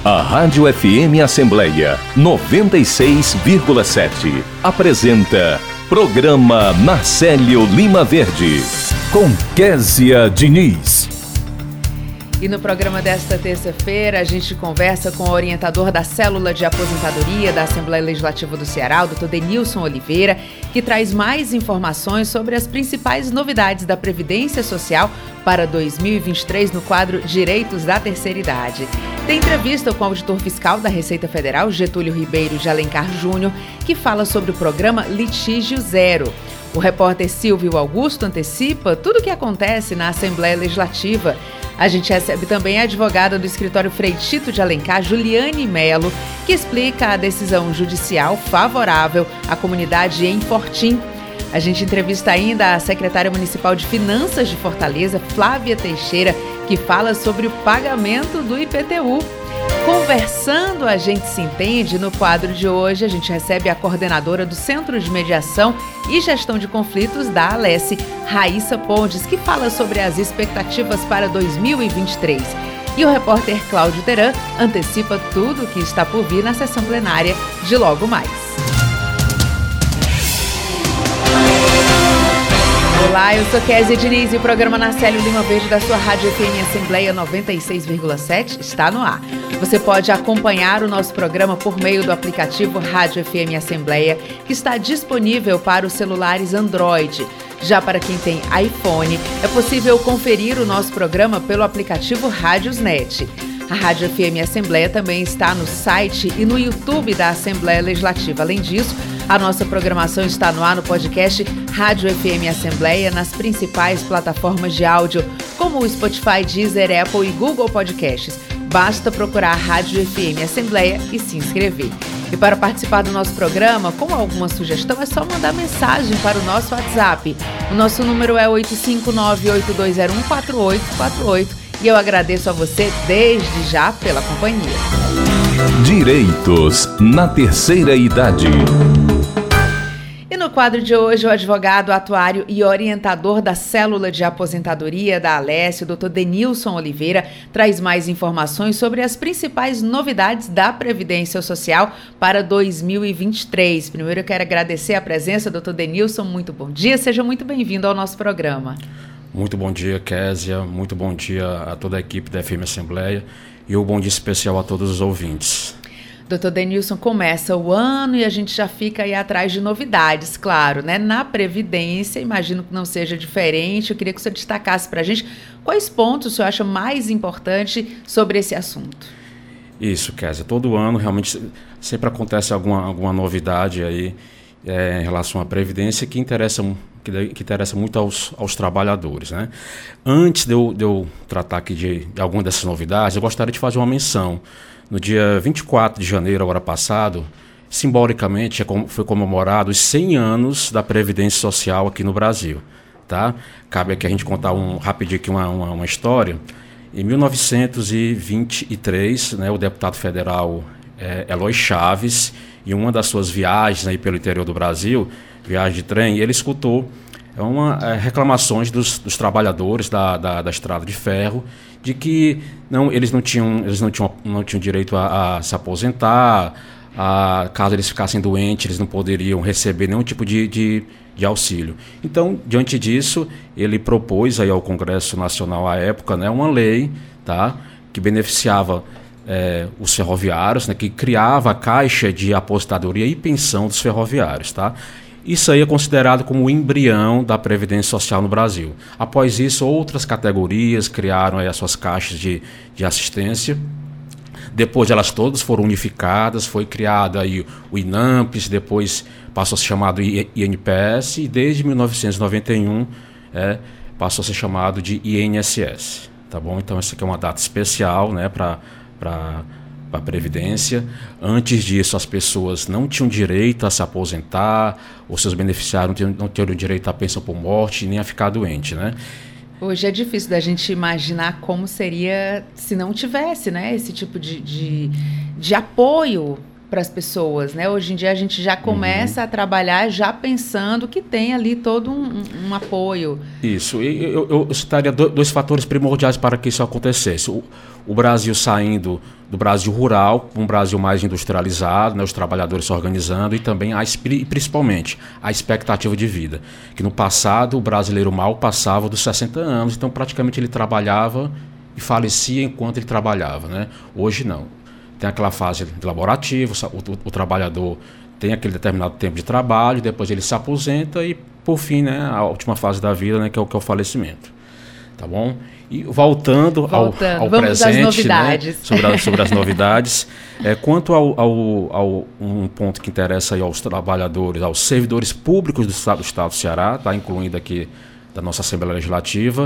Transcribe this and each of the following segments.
A Rádio FM Assembleia 96,7 apresenta Programa Marcélio Lima Verde, com Késia Diniz. E no programa desta terça-feira, a gente conversa com o orientador da Célula de Aposentadoria da Assembleia Legislativa do Ceará, o Dr. Denilson Oliveira, que traz mais informações sobre as principais novidades da Previdência Social para 2023 no quadro Direitos da Terceira Idade. Tem entrevista com o auditor fiscal da Receita Federal, Getúlio Ribeiro de Alencar Júnior, que fala sobre o programa Litígio Zero. O repórter Silvio Augusto antecipa tudo o que acontece na Assembleia Legislativa. A gente recebe também a advogada do escritório Frei Tito de Alencar, Juliane Melo, que explica a decisão judicial favorável à comunidade em Fortim. A gente entrevista ainda a secretária municipal de Finanças de Fortaleza, Flávia Teixeira, que fala sobre o pagamento do IPTU. Conversando, a gente se entende. No quadro de hoje, a gente recebe a coordenadora do Centro de Mediação e Gestão de Conflitos da Alesse, Raíssa Pontes, que fala sobre as expectativas para 2023. E o repórter Cláudio Teran antecipa tudo o que está por vir na sessão plenária de logo mais. Olá, eu sou Késia Diniz e o programa Marcélio Lima Verde da sua Rádio FM Assembleia 96,7 está no ar. Você pode acompanhar o nosso programa por meio do aplicativo Rádio FM Assembleia, que está disponível para os celulares Android. Já para quem tem iPhone, é possível conferir o nosso programa pelo aplicativo Rádiosnet. A Rádio FM Assembleia também está no site e no YouTube da Assembleia Legislativa. Além disso, a nossa programação está no ar no podcast Rádio FM Assembleia nas principais plataformas de áudio, como o Spotify, Deezer, Apple e Google Podcasts. Basta procurar Rádio FM Assembleia e se inscrever. E para participar do nosso programa, com alguma sugestão, é só mandar mensagem para o nosso WhatsApp. O nosso número é 859-8201-4848 e eu agradeço a você desde já pela companhia. Direitos na Terceira Idade. E no quadro de hoje, o advogado, atuário e orientador da Célula de Aposentadoria da Alesse, o Dr. Denilson Oliveira, traz mais informações sobre as principais novidades da Previdência Social para 2023. Primeiro, eu quero agradecer a presença do Dr. Denilson. Muito bom dia, seja muito bem-vindo ao nosso programa. Muito bom dia, Késia. Muito bom dia a toda a equipe da FM Assembleia e um bom dia especial a todos os ouvintes. Dr. Denilson, começa o ano e a gente já fica aí atrás de novidades, claro, né? Na Previdência, imagino que não seja diferente. Eu queria que o senhor destacasse para a gente quais pontos o senhor acha mais importante sobre esse assunto. Isso, Késia. Todo ano realmente sempre acontece alguma novidade aí em relação à Previdência que interessa muito aos trabalhadores, né? Antes de eu tratar aqui de alguma dessas novidades, eu gostaria de fazer uma menção. No dia 24 de janeiro, agora passado, simbolicamente foi comemorado os 100 anos da Previdência Social aqui no Brasil. Tá? Cabe aqui a gente contar rapidinho aqui uma história. Em 1923, né, o deputado federal Eloy Chaves, em uma das suas viagens aí pelo interior do Brasil, viagem de trem, ele escutou reclamações dos trabalhadores da estrada de ferro de que eles não tinham direito a se aposentar, caso eles ficassem doentes, eles não poderiam receber nenhum tipo de auxílio. Então, diante disso, ele propôs aí ao Congresso Nacional à época, né, uma lei, tá, que beneficiava os ferroviários, né, que criava a Caixa de Aposentadoria e Pensão dos Ferroviários, tá? Isso aí é considerado como o embrião da Previdência Social no Brasil. Após isso, outras categorias criaram aí as suas caixas de assistência. Depois elas todas foram unificadas, foi criado aí o INAMPS, depois passou a ser chamado INPS e desde 1991 passou a ser chamado de INSS. Tá bom? Então essa aqui é uma data especial, né, para a Previdência. Antes disso, as pessoas não tinham direito a se aposentar, os seus beneficiários não tinham direito à pensão por morte, nem a ficar doente, né? Hoje é difícil da gente imaginar como seria se não tivesse, né, esse tipo de apoio para as pessoas, né? Hoje em dia a gente já começa a trabalhar já pensando que tem ali todo um apoio. Isso. Eu citaria dois fatores primordiais para que isso acontecesse. O Brasil saindo do Brasil rural para um Brasil mais industrializado, né, os trabalhadores se organizando, e também, principalmente, a expectativa de vida. Que no passado o brasileiro mal passava dos 60 anos, então praticamente ele trabalhava e falecia enquanto ele trabalhava, né? Hoje não. Tem aquela fase de laborativo, o trabalhador tem aquele determinado tempo de trabalho, depois ele se aposenta e, por fim, né, a última fase da vida, né, que é o falecimento. Tá bom? E voltando ao presente, às novidades. Né, sobre as novidades, quanto ao um ponto que interessa aí aos trabalhadores, aos servidores públicos do Estado do Ceará, tá incluindo aqui da nossa Assembleia Legislativa,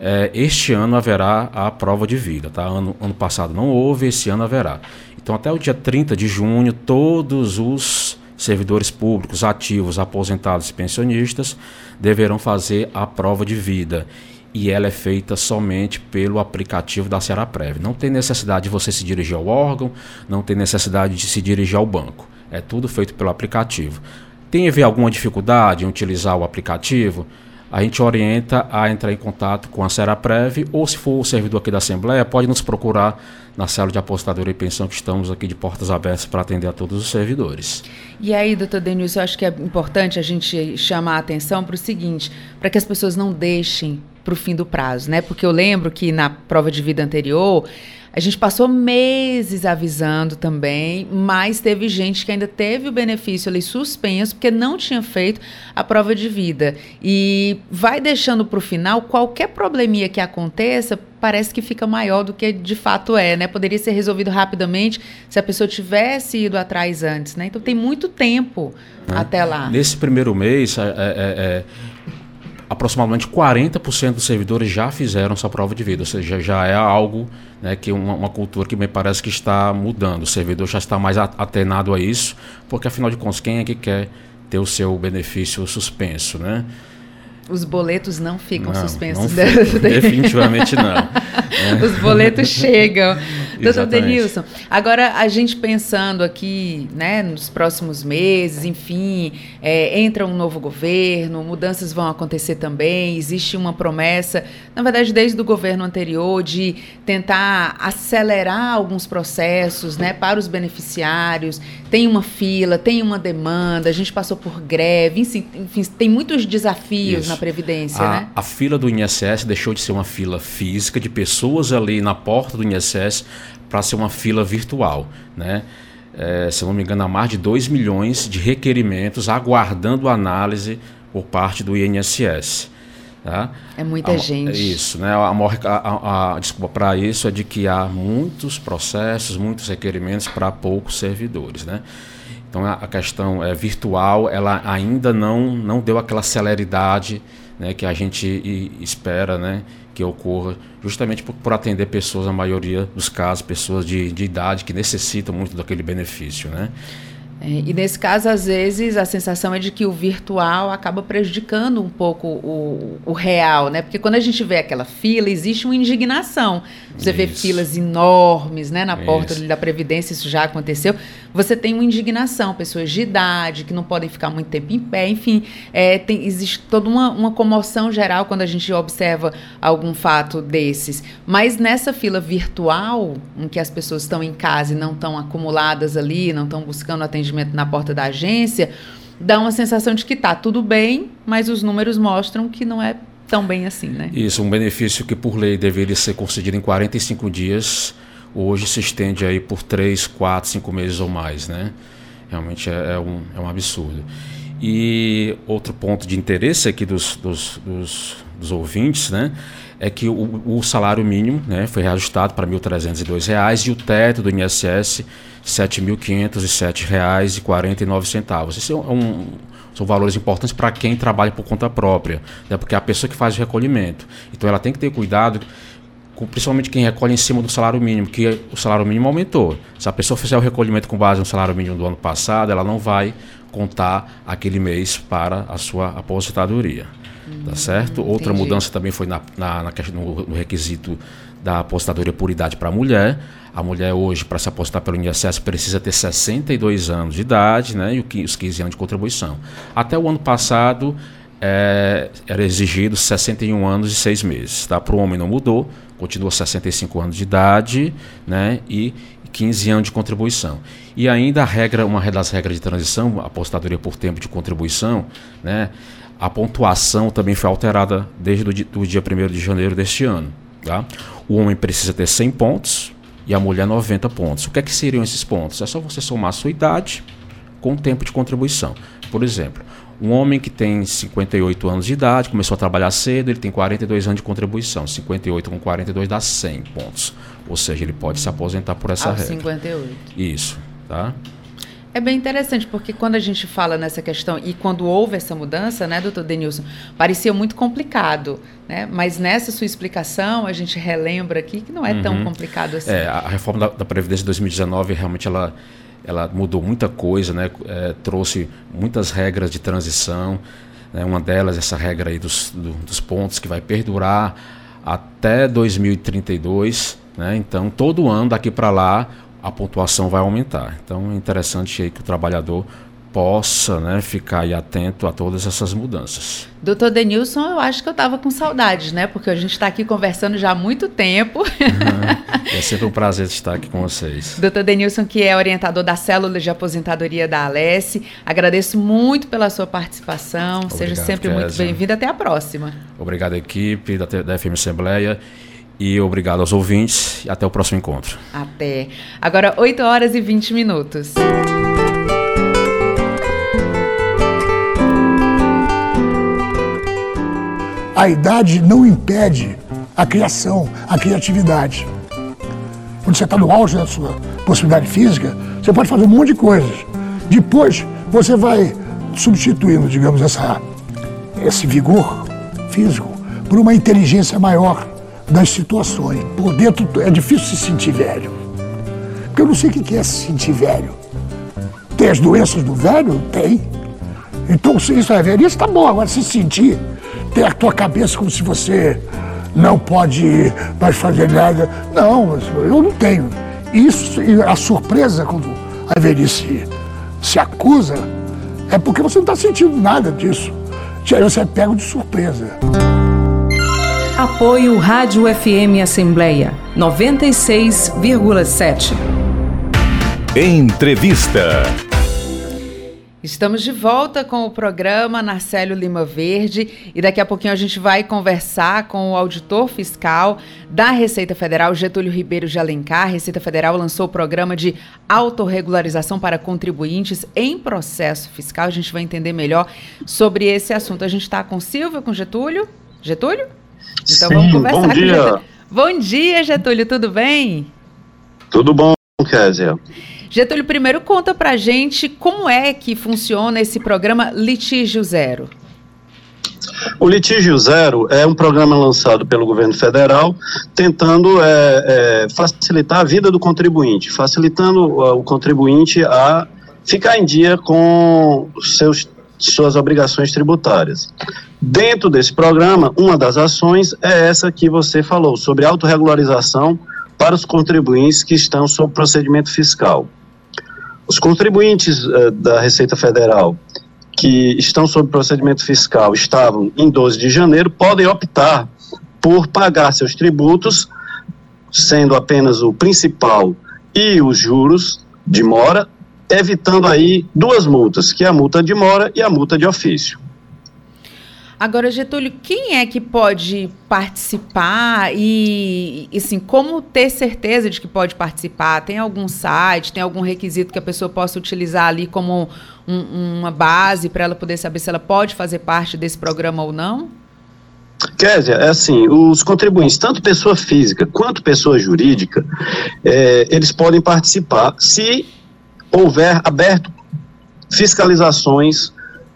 este ano haverá a prova de vida. Tá? Ano passado não houve, esse ano haverá. Então, até o dia 30 de junho, todos os servidores públicos ativos, aposentados e pensionistas deverão fazer a prova de vida. E ela é feita somente pelo aplicativo da Ceará-Prev. Não tem necessidade de você se dirigir ao órgão, não tem necessidade de se dirigir ao banco. É tudo feito pelo aplicativo. Tem a ver alguma dificuldade em utilizar o aplicativo? A gente orienta a entrar em contato com a Ceará-Prev, ou se for o servidor aqui da Assembleia, pode nos procurar na célula de aposentadoria e pensão, que estamos aqui de portas abertas para atender a todos os servidores. E aí, doutor Denilson, eu acho que é importante a gente chamar a atenção para o seguinte, para que as pessoas não deixem para o fim do prazo, né? Porque eu lembro que na prova de vida anterior, a gente passou meses avisando também, mas teve gente que ainda teve o benefício ali suspenso porque não tinha feito a prova de vida. E vai deixando para o final, qualquer probleminha que aconteça, parece que fica maior do que de fato é, né? Poderia ser resolvido rapidamente se a pessoa tivesse ido atrás antes, né? Então tem muito tempo até lá. Nesse primeiro mês, aproximadamente 40% dos servidores já fizeram essa prova de vida, ou seja, já é algo, né, que uma cultura que me parece que está mudando. O servidor já está mais atenado a isso, porque afinal de contas, quem é que quer ter o seu benefício suspenso, né? Os boletos não ficam suspensos. Não ficam, definitivamente não. Os boletos chegam. Doutor Denilson, agora a gente pensando aqui, né, nos próximos meses, enfim, entra um novo governo, mudanças vão acontecer também, existe uma promessa, na verdade, desde o governo anterior, de tentar acelerar alguns processos, né, para os beneficiários. Tem uma fila, tem uma demanda, a gente passou por greve, enfim, tem muitos desafios na Previdência, né? A fila do INSS deixou de ser uma fila física de pessoas ali na porta do INSS para ser uma fila virtual, né? Se eu não me engano, há mais de 2 milhões de requerimentos aguardando análise por parte do INSS. Tá? É muita gente. Isso, né? A desculpa para isso é de que há muitos processos, muitos requerimentos para poucos servidores, né? Então a questão virtual, ela ainda não deu aquela celeridade, né, que a gente espera, né, que ocorra, justamente por atender pessoas, a maioria dos casos, pessoas de idade que necessitam muito daquele benefício, né? E nesse caso, às vezes, a sensação é de que o virtual acaba prejudicando um pouco o real, né? Porque quando a gente vê aquela fila, existe uma indignação. Você vê filas enormes, né, na porta da Previdência, isso já aconteceu. Você tem uma indignação, pessoas de idade que não podem ficar muito tempo em pé, enfim, existe toda uma comoção geral quando a gente observa algum fato desses. Mas nessa fila virtual, em que as pessoas estão em casa e não estão acumuladas ali, não estão buscando atendimento na porta da agência, dá uma sensação de que está tudo bem, mas os números mostram que não é tão bem assim, né? Isso, um benefício que por lei deveria ser concedido em 45 dias, hoje se estende aí por 3, 4, 5 meses ou mais, né? Realmente é um absurdo. E outro ponto de interesse aqui dos ouvintes, né, é que o salário mínimo, né, foi reajustado para R$ 1.302 e o teto do INSS R$ 7.507,49. Esses são valores importantes para quem trabalha por conta própria, né, porque é a pessoa que faz o recolhimento. Então ela tem que ter cuidado, principalmente quem recolhe em cima do salário mínimo, que o salário mínimo aumentou. Se a pessoa fizer o recolhimento com base no salário mínimo do ano passado, ela não vai contar aquele mês para a sua aposentadoria. Tá certo? Outra mudança também foi no requisito da aposentadoria por idade para a mulher. A mulher hoje, para se aposentar pelo INSS, precisa ter 62 anos de idade, né, e os 15 anos de contribuição. Até o ano passado, era exigido 61 anos e 6 meses. Tá? Para o homem não mudou, continua 65 anos de idade, né, e 15 anos de contribuição. E ainda uma das regras de transição, a aposentadoria por tempo de contribuição, né, a pontuação também foi alterada desde o dia 1º de janeiro deste ano. Tá? O homem precisa ter 100 pontos e a mulher 90 pontos. O que é que seriam esses pontos? É só você somar a sua idade com o tempo de contribuição. Por exemplo, um homem que tem 58 anos de idade, começou a trabalhar cedo, ele tem 42 anos de contribuição. 58 com 42 dá 100 pontos. Ou seja, ele pode se aposentar por essa regra. 58. Isso, tá? É bem interessante, porque quando a gente fala nessa questão, e quando houve essa mudança, né, doutor Denilson, parecia muito complicado, né? Mas nessa sua explicação, a gente relembra aqui que não é tão complicado assim. A reforma da Previdência de 2019, realmente ela mudou muita coisa, né? Trouxe muitas regras de transição, né? Uma delas, essa regra aí dos pontos, que vai perdurar até 2032, né? Então, todo ano, daqui para lá, a pontuação vai aumentar. Então é interessante aí que o trabalhador possa, né, ficar aí atento a todas essas mudanças. Doutor Denilson, eu acho que eu estava com saudades, né? Porque a gente está aqui conversando já há muito tempo. É sempre um prazer estar aqui com vocês. Doutor Denilson, que é orientador da Célula de Aposentadoria da Alesse, agradeço muito pela sua participação. Obrigado, seja sempre muito bem-vindo. Até a próxima. Obrigado, equipe da FM Assembleia. E obrigado aos ouvintes e até o próximo encontro. Até. Agora, 8h20. A idade não impede a criação, a criatividade. Quando você está no auge da sua possibilidade física, você pode fazer um monte de coisas. Depois, você vai substituindo, digamos, esse vigor físico por uma inteligência maior das situações. Por dentro é difícil se sentir velho. Porque eu não sei o que é se sentir velho. Tem as doenças do velho? Tem. Então, se isso é velhice, tá bom. Agora, se sentir, ter a tua cabeça como se você não pode mais fazer nada. Não, eu não tenho. Isso, a surpresa quando a velhice se acusa, é porque você não está sentindo nada disso. Aí você é pego de surpresa. Apoio Rádio FM Assembleia 96,7. Entrevista. Estamos de volta com o programa Narcélio Lima Verde e daqui a pouquinho a gente vai conversar com o auditor fiscal da Receita Federal, Getúlio Ribeiro de Alencar. A Receita Federal lançou o programa de autorregularização para contribuintes em processo fiscal. A gente vai entender melhor sobre esse assunto. A gente está com Silvia, com Getúlio? Getúlio? Então, sim, vamos conversar bom dia. Com Getúlio. Bom dia, Getúlio, tudo bem? Tudo bom, Kézia. Getúlio, primeiro conta pra gente como é que funciona esse programa Litígio Zero. O Litígio Zero é um programa lançado pelo governo federal tentando facilitar a vida do contribuinte, facilitando o contribuinte a ficar em dia com suas obrigações tributárias. Dentro desse programa, uma das ações é essa que você falou, sobre autorregularização para os contribuintes que estão sob procedimento fiscal. Os contribuintes da Receita Federal que estão sob procedimento fiscal estavam em 12 de janeiro, podem optar por pagar seus tributos, sendo apenas o principal e os juros de mora, evitando aí duas multas, que é a multa de mora e a multa de ofício. Agora, Getúlio, quem é que pode participar e assim, como ter certeza de que pode participar? Tem algum site, tem algum requisito que a pessoa possa utilizar ali como uma base para ela poder saber se ela pode fazer parte desse programa ou não? Kézia, é assim, os contribuintes, tanto pessoa física quanto pessoa jurídica, eles podem participar se houver aberto fiscalizações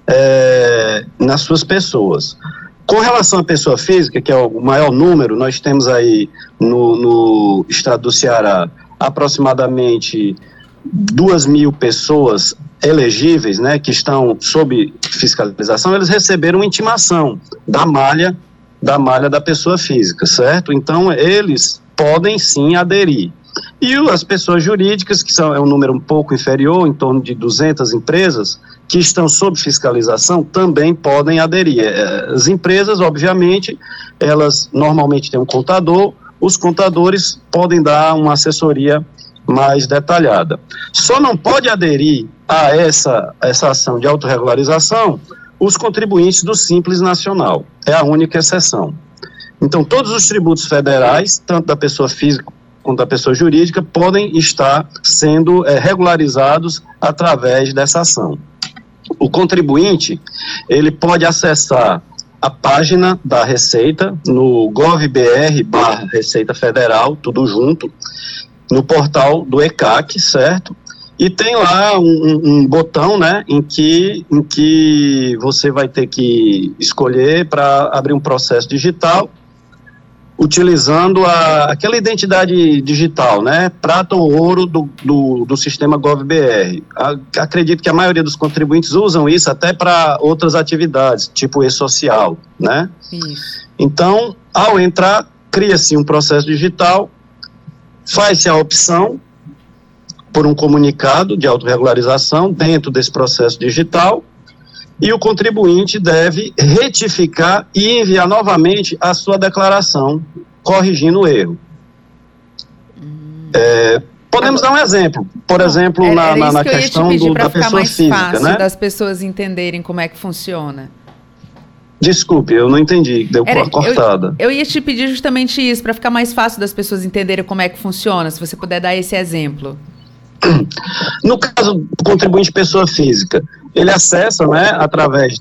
nas suas pessoas. Com relação à pessoa física, que é o maior número, nós temos aí no estado do Ceará aproximadamente 2.000 pessoas elegíveis, né, que estão sob fiscalização. Eles receberam uma intimação da malha da pessoa física, certo? Então eles podem sim aderir. E as pessoas jurídicas, que é um número um pouco inferior, em torno de 200 empresas, que estão sob fiscalização, também podem aderir. As empresas, obviamente, elas normalmente têm um contador, os contadores podem dar uma assessoria mais detalhada. Só não pode aderir a essa ação de autorregularização os contribuintes do Simples Nacional. É a única exceção. Então, todos os tributos federais, tanto da pessoa física quanto da pessoa jurídica, podem estar sendo regularizados através dessa ação. O contribuinte, ele pode acessar a página da Receita no gov.br/Receita Federal, tudo junto, no portal do ECAC, certo? E tem lá um botão, né, em que você vai ter que escolher para abrir um processo digital, utilizando aquela identidade digital, né, prata ou ouro do sistema GovBR. Acredito que a maioria dos contribuintes usam isso até para outras atividades, tipo e-social, né? Isso. Então, ao entrar, cria-se um processo digital, faz-se a opção por um comunicado de autorregularização dentro desse processo digital, e o contribuinte deve retificar e enviar novamente a sua declaração, corrigindo o erro. Podemos dar um exemplo. Por exemplo, na questão da pessoa física, fácil, né? Das pessoas entenderem como é que funciona. Desculpe, eu não entendi, deu cortada. Eu ia te pedir justamente isso, para ficar mais fácil das pessoas entenderem como é que funciona, se você puder dar esse exemplo. No caso do contribuinte pessoa física, ele acessa, né, através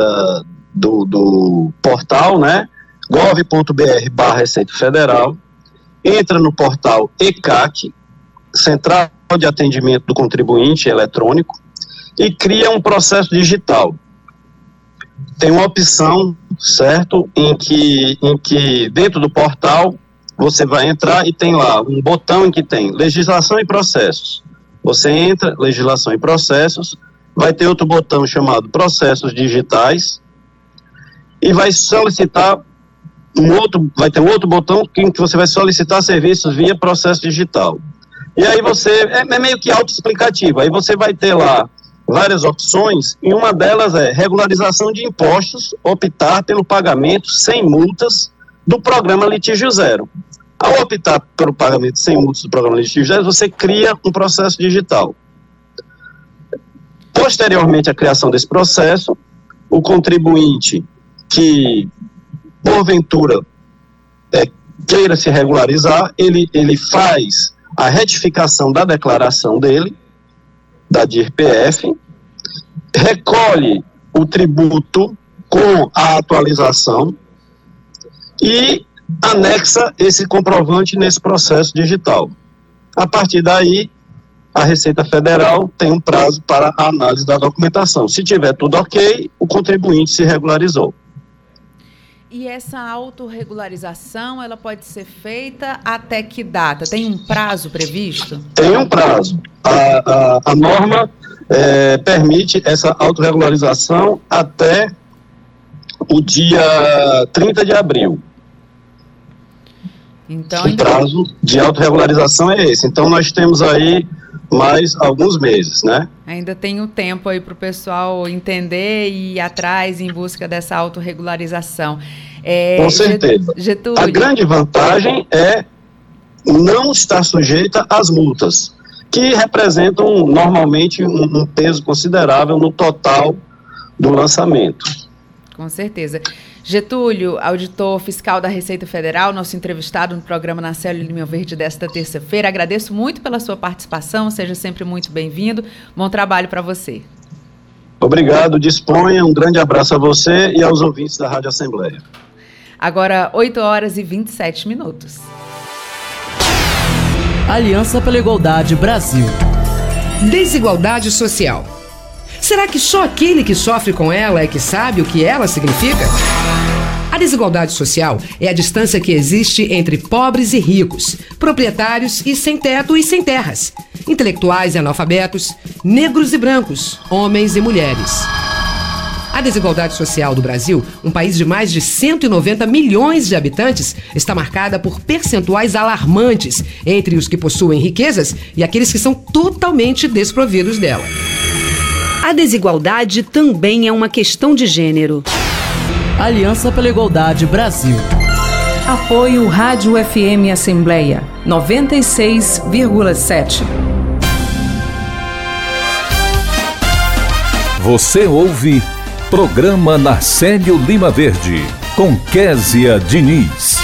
do portal, né, gov.br/Receita Federal, entra no portal ECAC, Central de Atendimento do Contribuinte Eletrônico, e cria um processo digital. Tem uma opção, certo, em que dentro do portal você vai entrar e tem lá um botão em que tem legislação e processos. Você entra, legislação e processos, vai ter outro botão chamado processos digitais e vai solicitar vai ter um outro botão em que você vai solicitar serviços via processo digital. E aí é meio que autoexplicativo, aí você vai ter lá várias opções, e uma delas é regularização de impostos, optar pelo pagamento sem multas do programa Litígio Zero. Ao optar pelo pagamento sem multas do programa Litígio Zero, você cria um processo digital. Posteriormente à criação desse processo, o contribuinte que, porventura, queira se regularizar, ele faz a retificação da declaração dele, da DIR-PF, recolhe o tributo com a atualização e anexa esse comprovante nesse processo digital. A partir daí, a Receita Federal tem um prazo para a análise da documentação. Se tiver tudo ok, o contribuinte se regularizou. E essa autorregularização, ela pode ser feita até que data? Tem um prazo previsto? Tem um prazo. A norma permite essa autorregularização até o dia 30 de abril. Então, o prazo de autorregularização é esse. Então, nós temos aí mais alguns meses, né? Ainda tem um tempo aí para o pessoal entender e ir atrás em busca dessa autorregularização. Com certeza. Getúlio. A grande vantagem é não estar sujeita às multas, que representam normalmente um peso considerável no total do lançamento. Com certeza. Getúlio, auditor fiscal da Receita Federal, nosso entrevistado no programa Na Célula Lima Verde desta terça-feira. Agradeço muito pela sua participação, seja sempre muito bem-vindo. Bom trabalho para você. Obrigado, disponha. Um grande abraço a você e aos ouvintes da Rádio Assembleia. Agora, 8h27. Aliança pela Igualdade Brasil. Desigualdade social. Será que só aquele que sofre com ela é que sabe o que ela significa? A desigualdade social é a distância que existe entre pobres e ricos, proprietários e sem teto e sem terras, intelectuais e analfabetos, negros e brancos, homens e mulheres. A desigualdade social do Brasil, um país de mais de 190 milhões de habitantes, está marcada por percentuais alarmantes entre os que possuem riquezas e aqueles que são totalmente desprovidos dela. A desigualdade também é uma questão de gênero. Aliança pela Igualdade Brasil. Apoio Rádio FM Assembleia 96,7. Você ouve Programa Narcélio Lima Verde, com Késia Diniz.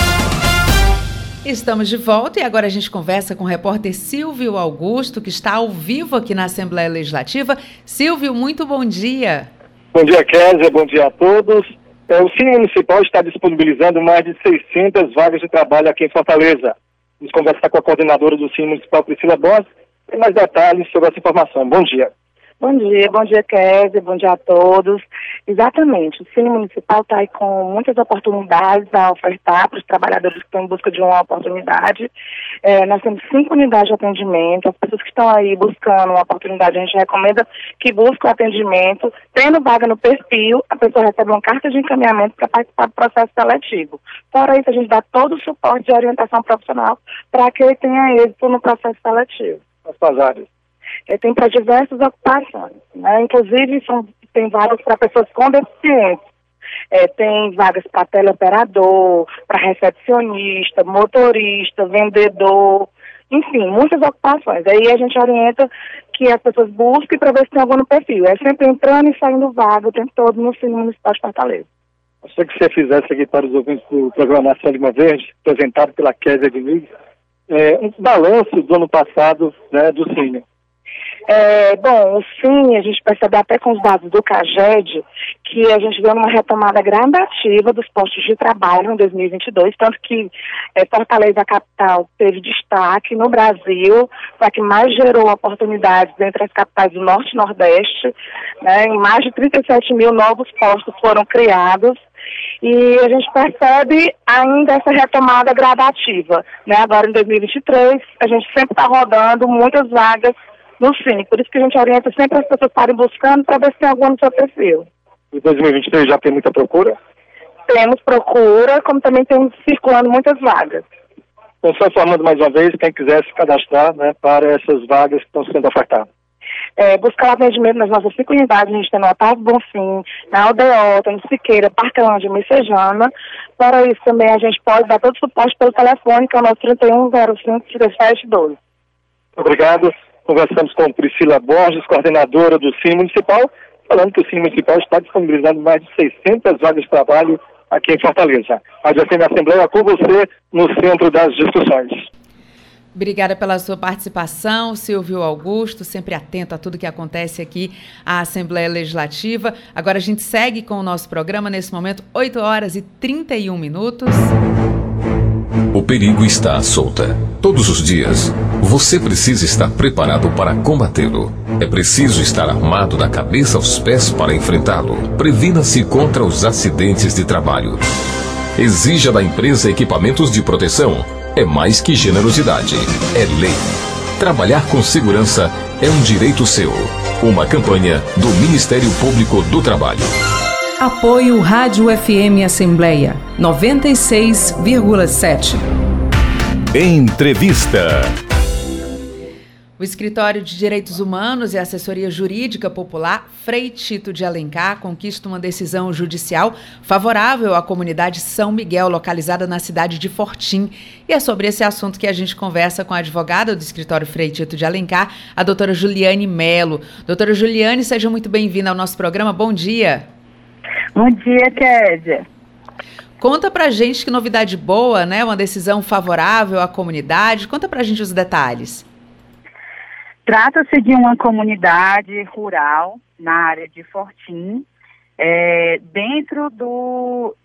Estamos de volta e agora a gente conversa com o repórter Silvio Augusto, que está ao vivo aqui na Assembleia Legislativa. Silvio, muito bom dia. Bom dia, Késia, bom dia a todos. O Cine Municipal está disponibilizando mais de 600 vagas de trabalho aqui em Fortaleza. Vamos conversar com a coordenadora do Cine Municipal, Priscila Borges, tem mais detalhes sobre essa informação. Bom dia. Bom dia, Késia, bom dia a todos. Exatamente, o Cine Municipal está aí com muitas oportunidades a ofertar para os trabalhadores que estão em busca de uma oportunidade. Nós temos 5 unidades de atendimento. As pessoas que estão aí buscando uma oportunidade, a gente recomenda que busquem o atendimento. Tendo vaga no perfil, a pessoa recebe uma carta de encaminhamento para participar do processo seletivo. Fora isso, a gente dá todo o suporte de orientação profissional para que ele tenha êxito no processo seletivo. As áreas. Tem para diversas ocupações, né? Inclusive tem vagas para pessoas com deficiência, tem vagas para teleoperador, para recepcionista, motorista, vendedor, enfim, muitas ocupações. Aí a gente orienta que as pessoas busquem para ver se tem algum no perfil. É sempre entrando e saindo vaga o tempo todo no Cine Municipal de Fortaleza. Gostaria que você fizesse aqui para os ouvintes do programa Narcélio Lima Verde, apresentado pela Késia Diniz, um balanço do ano passado, né, do Cine. Bom, o Cine, a gente percebe até com os dados do CAGED que a gente vê uma retomada gradativa dos postos de trabalho em 2022, tanto que Fortaleza, a capital, teve destaque no Brasil, foi a que mais gerou oportunidades entre as capitais do Norte e Nordeste, né? Em mais de 37 mil novos postos foram criados. E a gente percebe ainda essa retomada gradativa, né? Agora em 2023, a gente sempre está rodando muitas vagas no Cine, por isso que a gente orienta sempre as pessoas estarem buscando para ver se tem alguma no seu perfil. Em 2023 já tem muita procura? Temos procura, como também temos circulando muitas vagas. Então, só informando mais uma vez, quem quiser se cadastrar, né, para essas vagas que estão sendo ofertadas. Buscar atendimento nas nossas 5 unidades, a gente tem no Otávio Bonfim, na Aldeota, no Siqueira, Parquelândia, Messejana. Para isso também a gente pode dar todo o suporte pelo telefone, que é o nosso 3105-1712. Obrigado. Conversamos com Priscila Borges, coordenadora do Cine Municipal, falando que o Cine Municipal está disponibilizando mais de 600 vagas de trabalho aqui em Fortaleza. A FM Assembleia com você no centro das discussões. Obrigada pela sua participação, Silvio Augusto, sempre atento a tudo que acontece aqui à Assembleia Legislativa. Agora a gente segue com o nosso programa, nesse momento, 8 horas e 31 minutos. O perigo está à solta. Todos os dias, você precisa estar preparado para combatê-lo. É preciso estar armado da cabeça aos pés para enfrentá-lo. Previna-se contra os acidentes de trabalho. Exija da empresa equipamentos de proteção. É mais que generosidade. É lei. Trabalhar com segurança é um direito seu. Uma campanha do Ministério Público do Trabalho. Apoio Rádio FM Assembleia 96,7. Entrevista. O Escritório de Direitos Humanos e Assessoria Jurídica Popular Frei Tito de Alencar conquista uma decisão judicial favorável à comunidade São Miguel, localizada na cidade de Fortim. E é sobre esse assunto que a gente conversa com a advogada do Escritório Frei Tito de Alencar, a doutora Juliane Melo. Doutora Juliane, seja muito bem-vinda ao nosso programa. Bom dia. Bom dia, Késia. Conta pra gente que novidade boa, né? Uma decisão favorável à comunidade. Conta pra gente os detalhes. Trata-se de uma comunidade rural na área de Fortim, dentro do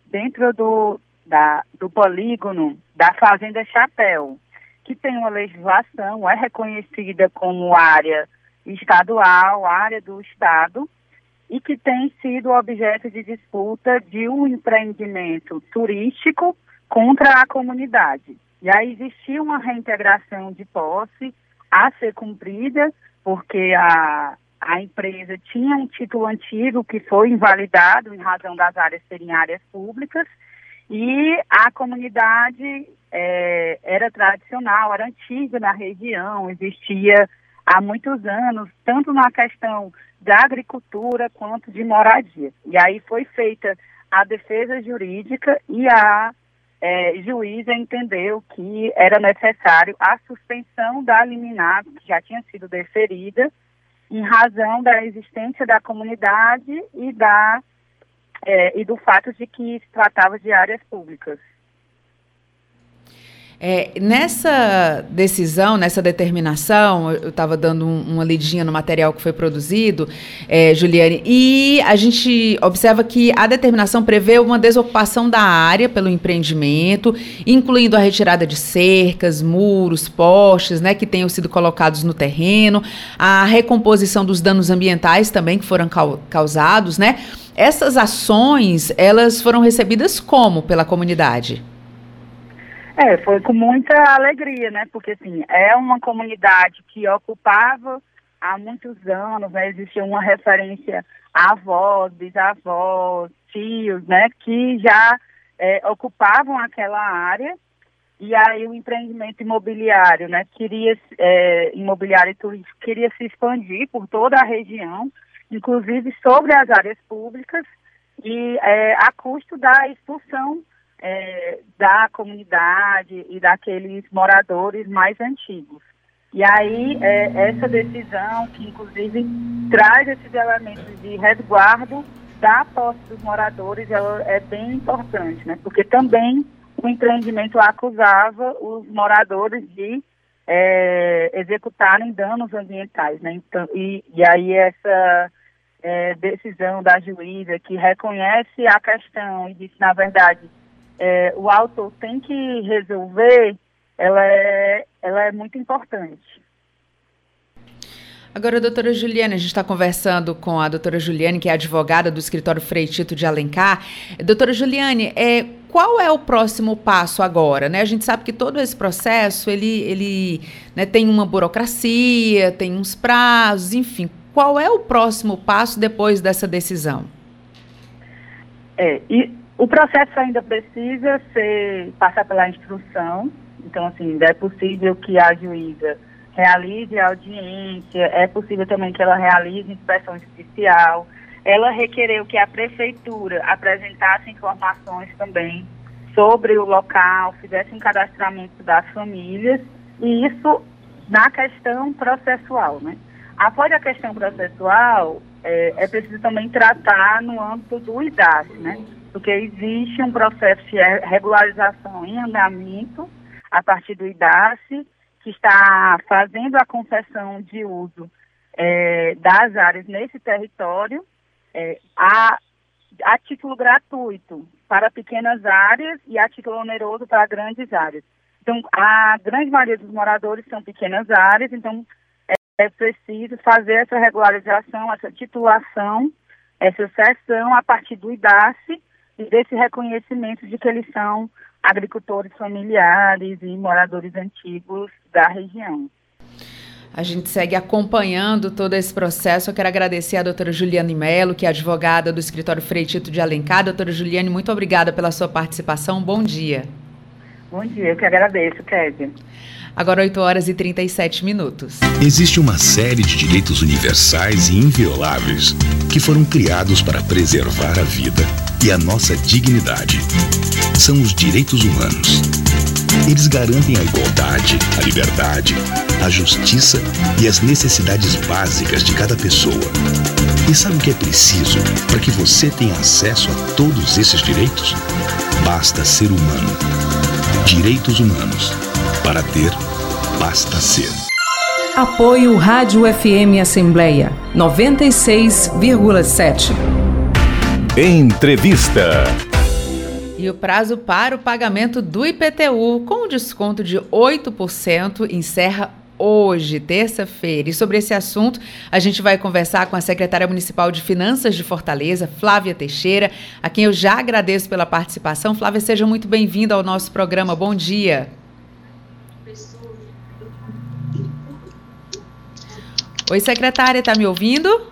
polígono da Fazenda Chapéu, que tem uma legislação, é reconhecida como área estadual, área do Estado, e que tem sido objeto de disputa de um empreendimento turístico contra a comunidade. E aí existia uma reintegração de posse a ser cumprida, porque a a empresa tinha um título antigo que foi invalidado em razão das áreas serem áreas públicas, e a comunidade era tradicional, era antiga na região, existia há muitos anos, tanto na questão da agricultura quanto de moradia. E aí foi feita a defesa jurídica e a juíza entendeu que era necessário a suspensão da liminar, que já tinha sido deferida, em razão da existência da comunidade e do fato de que se tratava de áreas públicas. Nessa decisão, nessa determinação, eu estava dando uma lidinha no material que foi produzido, Juliane, e a gente observa que a determinação prevê uma desocupação da área pelo empreendimento, incluindo a retirada de cercas, muros, postes, né, que tenham sido colocados no terreno, a recomposição dos danos ambientais também que foram causados, né? Essas ações, elas foram recebidas como pela comunidade? Foi com muita alegria, né? Porque, assim, é uma comunidade que ocupava há muitos anos, né? Existia uma referência a avós, bisavós, tios, né? Que já ocupavam aquela área. E aí o empreendimento imobiliário, né? Imobiliário e turístico queria se expandir por toda a região, inclusive sobre as áreas públicas, e a custo da expulsão da comunidade e daqueles moradores mais antigos. E aí, essa decisão, que inclusive traz esses elementos de resguardo da posse dos moradores, ela é bem importante, né? Porque também o empreendimento acusava os moradores de executarem danos ambientais, né? Então, e aí essa decisão da juíza que reconhece a questão e diz que, na verdade, o autor tem que resolver, ela é muito importante. Agora, doutora Juliane, a gente está conversando com a doutora Juliane, que é advogada do escritório Frei Tito de Alencar. Doutora Juliane, qual é o próximo passo agora? Né? A gente sabe que todo esse processo, ele né, tem uma burocracia, tem uns prazos, enfim. Qual é o próximo passo depois dessa decisão? O processo ainda precisa passar pela instrução. Então, assim, é possível que a juíza realize a audiência, é possível também que ela realize inspeção judicial. Ela requereu que a prefeitura apresentasse informações também sobre o local, fizesse um cadastramento das famílias, e isso na questão processual, né? Após a questão processual, é preciso também tratar no âmbito do IDASSE, né? Porque existe um processo de regularização em andamento a partir do IDASSE, que está fazendo a concessão de uso das áreas nesse território a título gratuito para pequenas áreas e a título oneroso para grandes áreas. Então, a grande maioria dos moradores são pequenas áreas, então é preciso fazer essa regularização, essa titulação, essa cessão a partir do IDASSE e desse reconhecimento de que eles são agricultores familiares e moradores antigos da região. A gente segue acompanhando todo esse processo. Eu quero agradecer a doutora Juliane Melo, que é advogada do escritório Frei Tito de Alencar. Doutora Juliane, muito obrigada pela sua participação. Bom dia. Bom dia, eu que agradeço, Kézia. Agora 8h37. Existe uma série de direitos universais e invioláveis que foram criados para preservar a vida e a nossa dignidade. São os direitos humanos. Eles garantem a igualdade, a liberdade, a justiça e as necessidades básicas de cada pessoa. E sabe o que é preciso para que você tenha acesso a todos esses direitos? Basta ser humano. Direitos humanos. Para ter, basta ser. Apoio Rádio FM Assembleia 96,7. Entrevista. E o prazo para o pagamento do IPTU com desconto de 8% encerra hoje, terça-feira. E sobre esse assunto, a gente vai conversar com a secretária municipal de Finanças de Fortaleza, Flávia Teixeira, a quem eu já agradeço pela participação. Flávia, seja muito bem-vinda ao nosso programa. Bom dia. Oi, secretária, está me ouvindo?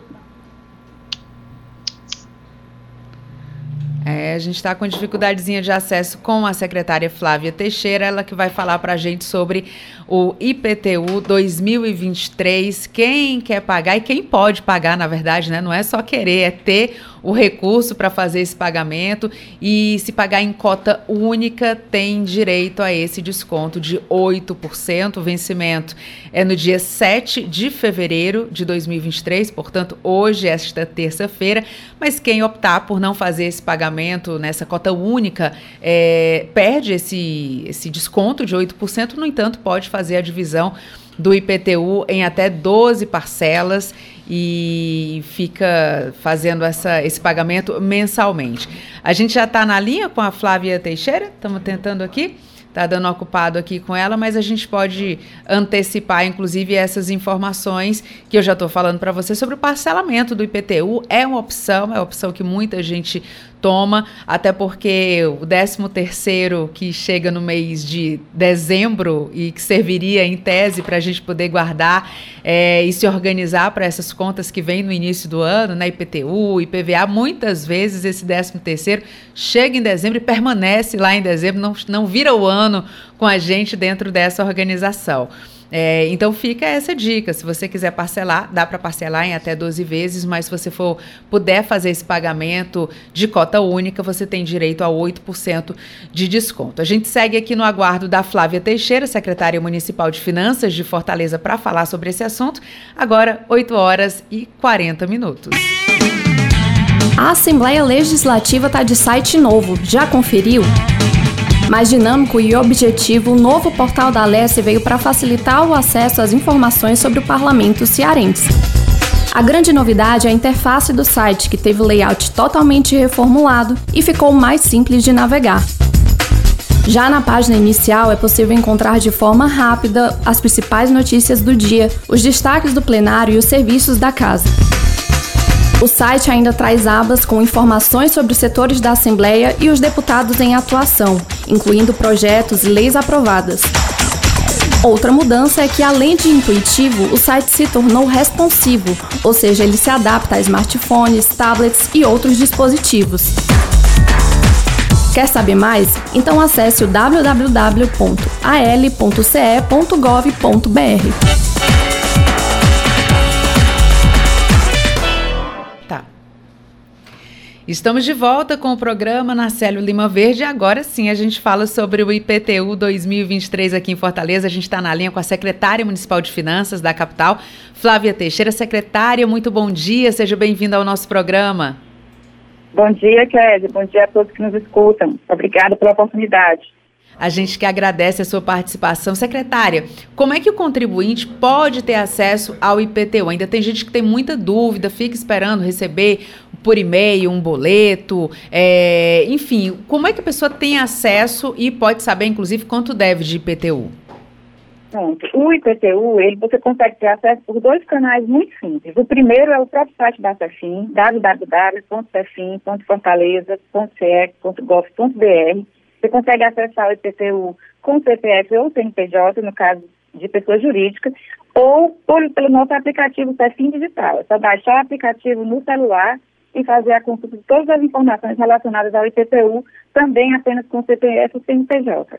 A gente está com dificuldadezinha de acesso com a secretária Flávia Teixeira, ela que vai falar para a gente sobre o IPTU 2023, quem quer pagar e quem pode pagar, na verdade, né? Não é só querer, é ter o recurso para fazer esse pagamento, e se pagar em cota única tem direito a esse desconto de 8%. O vencimento é no dia 7 de fevereiro de 2023, portanto, hoje, esta terça-feira, mas quem optar por não fazer esse pagamento nessa cota única perde esse desconto de 8%, no entanto, pode fazer a divisão do IPTU em até 12 parcelas e fica fazendo esse pagamento mensalmente. A gente já está na linha com a Flávia Teixeira, estamos tentando aqui, está dando ocupado aqui com ela, mas a gente pode antecipar, inclusive, essas informações que eu já estou falando para você sobre o parcelamento do IPTU. É uma opção que muita gente toma, até porque o 13º que chega no mês de dezembro e que serviria em tese para a gente poder guardar e se organizar para essas contas que vêm no início do ano, né, IPTU, IPVA, muitas vezes esse 13º chega em dezembro e permanece lá em dezembro, não vira o ano com a gente dentro dessa organização. Então fica essa dica, se você quiser parcelar, dá para parcelar em até 12 vezes, mas se você puder fazer esse pagamento de cota única, você tem direito a 8% de desconto. A gente segue aqui no aguardo da Flávia Teixeira, secretária municipal de Finanças de Fortaleza, para falar sobre esse assunto. Agora, 8h40. A Assembleia Legislativa está de site novo, já conferiu? Mais dinâmico e objetivo, o novo portal da Alesse veio para facilitar o acesso às informações sobre o parlamento cearense. A grande novidade é a interface do site, que teve o layout totalmente reformulado e ficou mais simples de navegar. Já na página inicial é possível encontrar de forma rápida as principais notícias do dia, os destaques do plenário e os serviços da casa. O site ainda traz abas com informações sobre os setores da Assembleia e os deputados em atuação, incluindo projetos e leis aprovadas. Outra mudança é que, além de intuitivo, o site se tornou responsivo, ou seja, ele se adapta a smartphones, tablets e outros dispositivos. Quer saber mais? Então acesse o www.al.ce.gov.br. Estamos de volta com o programa Nacélio Lima Verde. Agora sim a gente fala sobre o IPTU 2023 aqui em Fortaleza. A gente está na linha com a secretária municipal de Finanças da capital, Flávia Teixeira. Secretária, muito bom dia, seja bem-vinda ao nosso programa. Bom dia, Kézia. Bom dia a todos que nos escutam. Obrigada pela oportunidade. A gente que agradece a sua participação. Secretária, como é que o contribuinte pode ter acesso ao IPTU? Ainda tem gente que tem muita dúvida, fica esperando receber por e-mail um boleto, enfim, como é que a pessoa tem acesso e pode saber, inclusive, quanto deve de IPTU? Pronto. O IPTU, você consegue ter acesso por dois canais muito simples. O primeiro é o próprio site da Cefim, www.cefim.fortaleza.ce.gov.br. Você consegue acessar o IPTU com CPF ou CNPJ, no caso de pessoa jurídica, ou pelo nosso aplicativo Cefim Digital. É só baixar o aplicativo no celular e fazer a consulta de todas as informações relacionadas ao IPTU, também apenas com CPF ou CNPJ.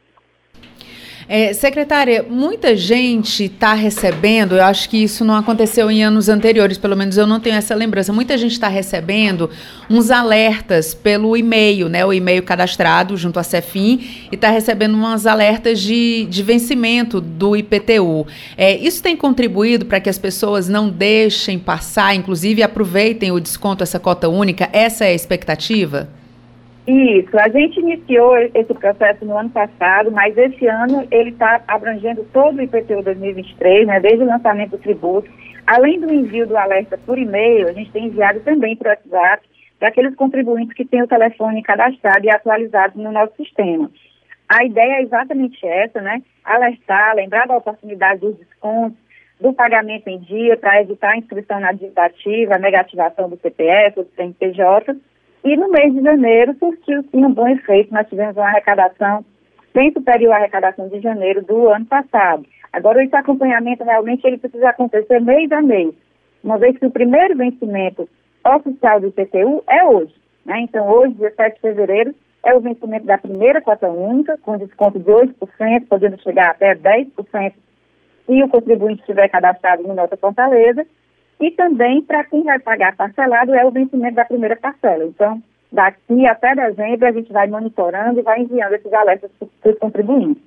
Secretária, muita gente está recebendo, eu acho que isso não aconteceu em anos anteriores, pelo menos eu não tenho essa lembrança, muita gente está recebendo uns alertas pelo e-mail, né, o e-mail cadastrado junto à Cefim, e está recebendo uns alertas de vencimento do IPTU. Isso tem contribuído para que as pessoas não deixem passar, inclusive aproveitem o desconto, essa cota única? Essa é a expectativa? Isso, a gente iniciou esse processo no ano passado, mas esse ano ele está abrangendo todo o IPTU 2023, né, desde o lançamento do tributo. Além do envio do alerta por e-mail, a gente tem enviado também para o WhatsApp para aqueles contribuintes que têm o telefone cadastrado e atualizado no nosso sistema. A ideia é exatamente essa, né, alertar, lembrar da oportunidade dos descontos, do pagamento em dia para evitar a inscrição na dívida ativa, a negativação do CPF ou do CNPJ. E no mês de janeiro surtiu sim um bom efeito, nós tivemos uma arrecadação bem superior à arrecadação de janeiro do ano passado. Agora, esse acompanhamento realmente ele precisa acontecer mês a mês, uma vez que o primeiro vencimento oficial do IPTU é hoje, né? Então, hoje, 17 de fevereiro, é o vencimento da primeira cota única, com desconto de 8%, podendo chegar até 10%, se o contribuinte estiver cadastrado no Nota Fortaleza, e também, para quem vai pagar parcelado, é o vencimento da primeira parcela. Então, daqui até dezembro, a gente vai monitorando e vai enviando esses alertas para os contribuintes.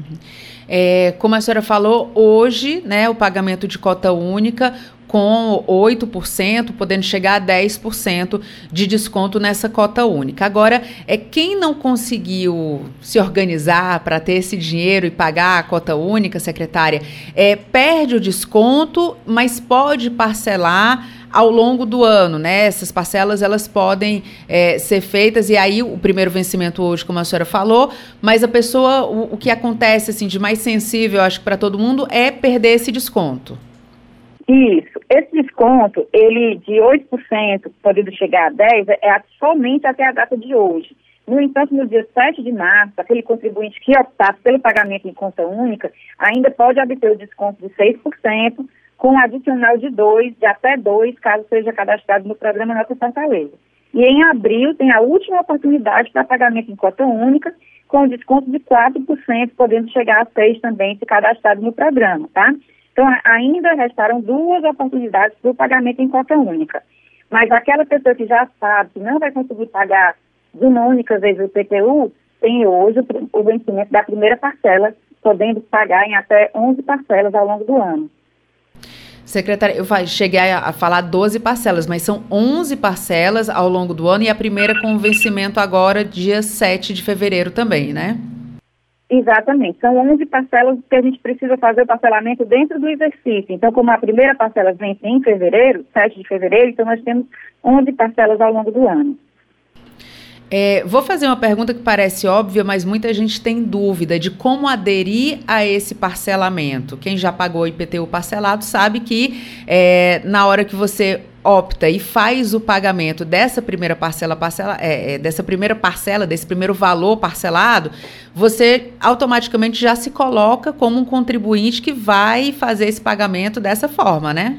Como a senhora falou, hoje, né, o pagamento de cota única com 8%, podendo chegar a 10% de desconto nessa cota única. Agora, quem não conseguiu se organizar para ter esse dinheiro e pagar a cota única, secretária, perde o desconto, mas pode parcelar ao longo do ano, né? Essas parcelas, elas podem ser feitas, e aí o primeiro vencimento hoje, como a senhora falou, mas a pessoa, o que acontece, assim, de mais sensível, acho que para todo mundo, é perder esse desconto. Isso. Esse desconto, ele de 8%, podendo chegar a 10%, é somente até a data de hoje. No entanto, no dia 7 de março, aquele contribuinte que optar pelo pagamento em conta única, ainda pode obter o desconto de 6%, com um adicional de até 2%, caso seja cadastrado no programa Nota Fortaleza. E em abril tem a última oportunidade para pagamento em cota única, com desconto de 4%, podendo chegar a 6% também, se cadastrado no programa, tá? Então, ainda restaram 2 oportunidades para o pagamento em cota única. Mas aquela pessoa que já sabe que não vai conseguir pagar de uma única vez o IPTU, tem hoje o vencimento da primeira parcela, podendo pagar em até 11 parcelas ao longo do ano. Secretária, eu cheguei a falar 12 parcelas, mas são 11 parcelas ao longo do ano, e a primeira com vencimento agora, dia 7 de fevereiro também, né? Exatamente, são 11 parcelas que a gente precisa fazer o parcelamento dentro do exercício. Então, como a primeira parcela vence em fevereiro, 7 de fevereiro, então nós temos 11 parcelas ao longo do ano. Vou fazer uma pergunta que parece óbvia, mas muita gente tem dúvida de como aderir a esse parcelamento. Quem já pagou o IPTU parcelado sabe que na hora que você opta e faz o pagamento dessa primeira parcela, desse primeiro valor parcelado, você automaticamente já se coloca como um contribuinte que vai fazer esse pagamento dessa forma, né?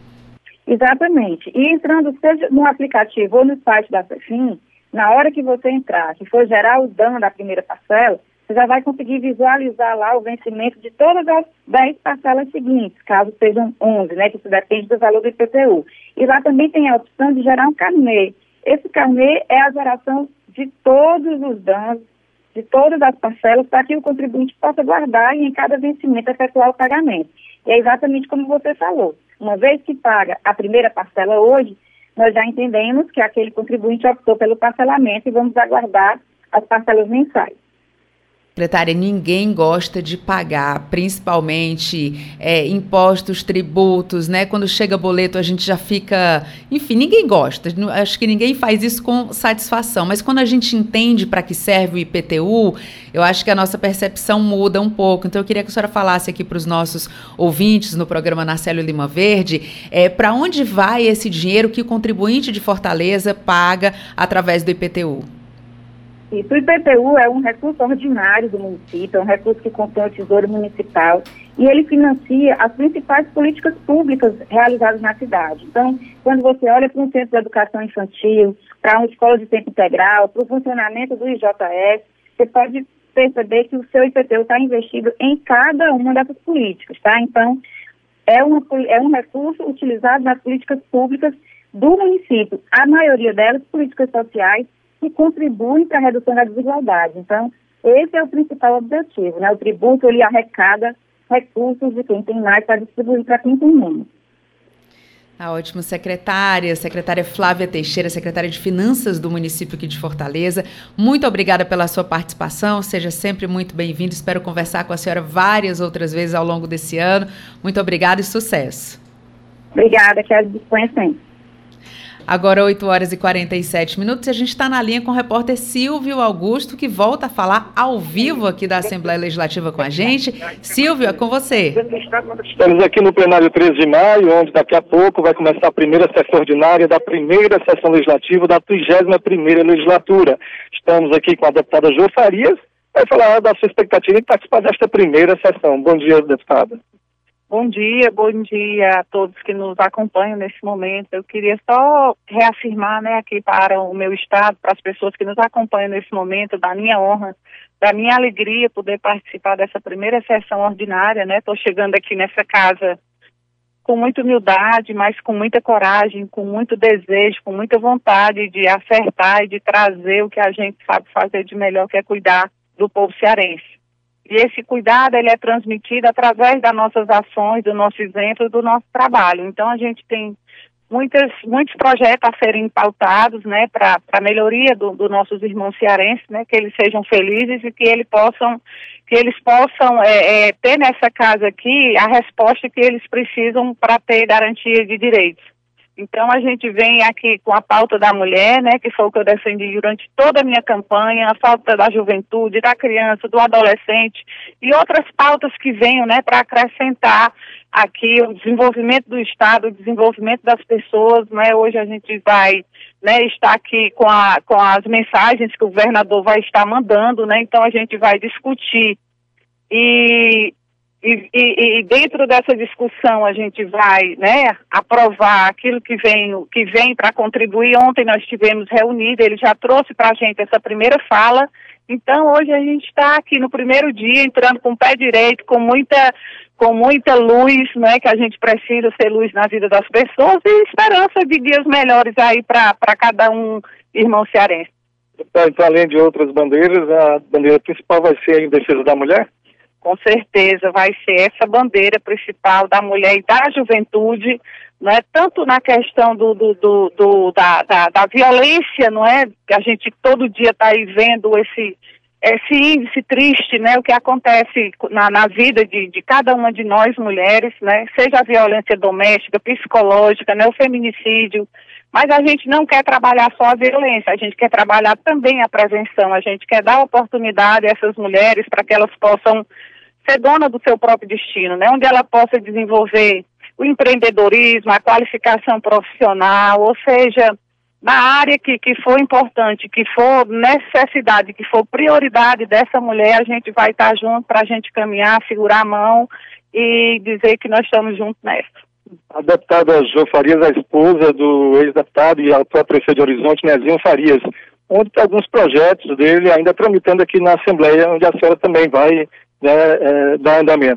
Exatamente. E entrando, seja no aplicativo ou no site da CEFIM, na hora que você entrar, que for gerar o dano da primeira parcela, você já vai conseguir visualizar lá o vencimento de todas as 10 parcelas seguintes, caso sejam 11, né, que isso depende do valor do IPTU. E lá também tem a opção de gerar um carnê. Esse carnê é a geração de todos os danos, de todas as parcelas, para que o contribuinte possa guardar e em cada vencimento efetuar o pagamento. E é exatamente como você falou. Uma vez que paga a primeira parcela hoje, nós já entendemos que aquele contribuinte optou pelo parcelamento e vamos aguardar as parcelas mensais. Secretária, ninguém gosta de pagar, principalmente impostos, tributos, né? Quando chega boleto a gente já fica... Enfim, ninguém gosta, acho que ninguém faz isso com satisfação, mas quando a gente entende para que serve o IPTU, eu acho que a nossa percepção muda um pouco. Então eu queria que a senhora falasse aqui para os nossos ouvintes no programa Narcélio Lima Verde, para onde vai esse dinheiro que o contribuinte de Fortaleza paga através do IPTU? Isso, o IPTU é um recurso ordinário do município, é um recurso que compõe o Tesouro Municipal e ele financia as principais políticas públicas realizadas na cidade. Então, quando você olha para um centro de educação infantil, para uma escola de tempo integral, para o funcionamento do IJS, você pode perceber que o seu IPTU está investido em cada uma dessas políticas, tá? Então, é um recurso utilizado nas políticas públicas do município, a maioria delas políticas sociais, que contribuem para a redução da desigualdade. Então, esse é o principal objetivo, né? O tributo, ele arrecada recursos de quem tem mais para distribuir para quem tem menos. Tá ótimo, secretária Flávia Teixeira, secretária de Finanças do município aqui de Fortaleza. Muito obrigada pela sua participação, seja sempre muito bem-vindo. Espero conversar com a senhora várias outras vezes ao longo desse ano. Muito obrigada e sucesso. Obrigada, que a disponha sempre. Agora 8h47 e a gente está na linha com o repórter Silvio Augusto, que volta a falar ao vivo aqui da Assembleia Legislativa com a gente. Silvio, é com você. Estamos aqui no plenário 13 de maio, onde daqui a pouco vai começar a primeira sessão ordinária da primeira sessão legislativa da 31ª legislatura. Estamos aqui com a deputada Jo Farias vai falar da sua expectativa em participar desta primeira sessão. Bom dia, deputada. Bom dia a todos que nos acompanham nesse momento. Eu queria só reafirmar, né, aqui para o meu estado, para as pessoas que nos acompanham nesse momento, da minha honra, da minha alegria poder participar dessa primeira sessão ordinária, né? Estou chegando aqui nessa casa com muita humildade, mas com muita coragem, com muito desejo, com muita vontade de acertar e de trazer o que a gente sabe fazer de melhor, que é cuidar do povo cearense. E esse cuidado, ele é transmitido através das nossas ações, do nosso exemplo, do nosso trabalho. Então, a gente tem muitos projetos a serem pautados, né, para a melhoria dos nossos irmãos cearenses, né, que eles sejam felizes e que eles possam ter nessa casa aqui a resposta que eles precisam para ter garantia de direitos. Então, a gente vem aqui com a pauta da mulher, né, que foi o que eu defendi durante toda a minha campanha, a pauta da juventude, da criança, do adolescente e outras pautas que venham, né, para acrescentar aqui o desenvolvimento do Estado, o desenvolvimento das pessoas, né. Hoje a gente vai, né, estar aqui com as mensagens que o governador vai estar mandando, né, então a gente vai discutir e dentro dessa discussão a gente vai, né, aprovar aquilo que vem para contribuir. Ontem nós estivemos reunidos, ele já trouxe para a gente essa primeira fala. Então hoje a gente está aqui no primeiro dia, entrando com o pé direito, com muita luz, né, que a gente precisa ser luz na vida das pessoas e esperança de dias melhores aí para cada um irmão cearense. Então, além de outras bandeiras, a bandeira principal vai ser em defesa da mulher? Com certeza vai ser essa bandeira principal da mulher e da juventude, não é? Tanto na questão da violência, não é? Que a gente todo dia está aí vendo esse índice triste, né? O que acontece na vida de cada uma de nós mulheres, né? Seja a violência doméstica, psicológica, né? O feminicídio. Mas a gente não quer trabalhar só a violência, a gente quer trabalhar também a prevenção, a gente quer dar oportunidade a essas mulheres para que elas possam ser dona do seu próprio destino, né? Onde ela possa desenvolver o empreendedorismo, a qualificação profissional, ou seja, na área que for importante, que for necessidade, que for prioridade dessa mulher, a gente vai estar junto para a gente caminhar, segurar a mão e dizer que nós estamos juntos nessa. A deputada Jo Farias, a esposa do ex-deputado e atual prefeito de Horizonte, Nezinho Farias, onde tem alguns projetos dele ainda tramitando aqui na Assembleia, onde a senhora também vai, né, dar andamento.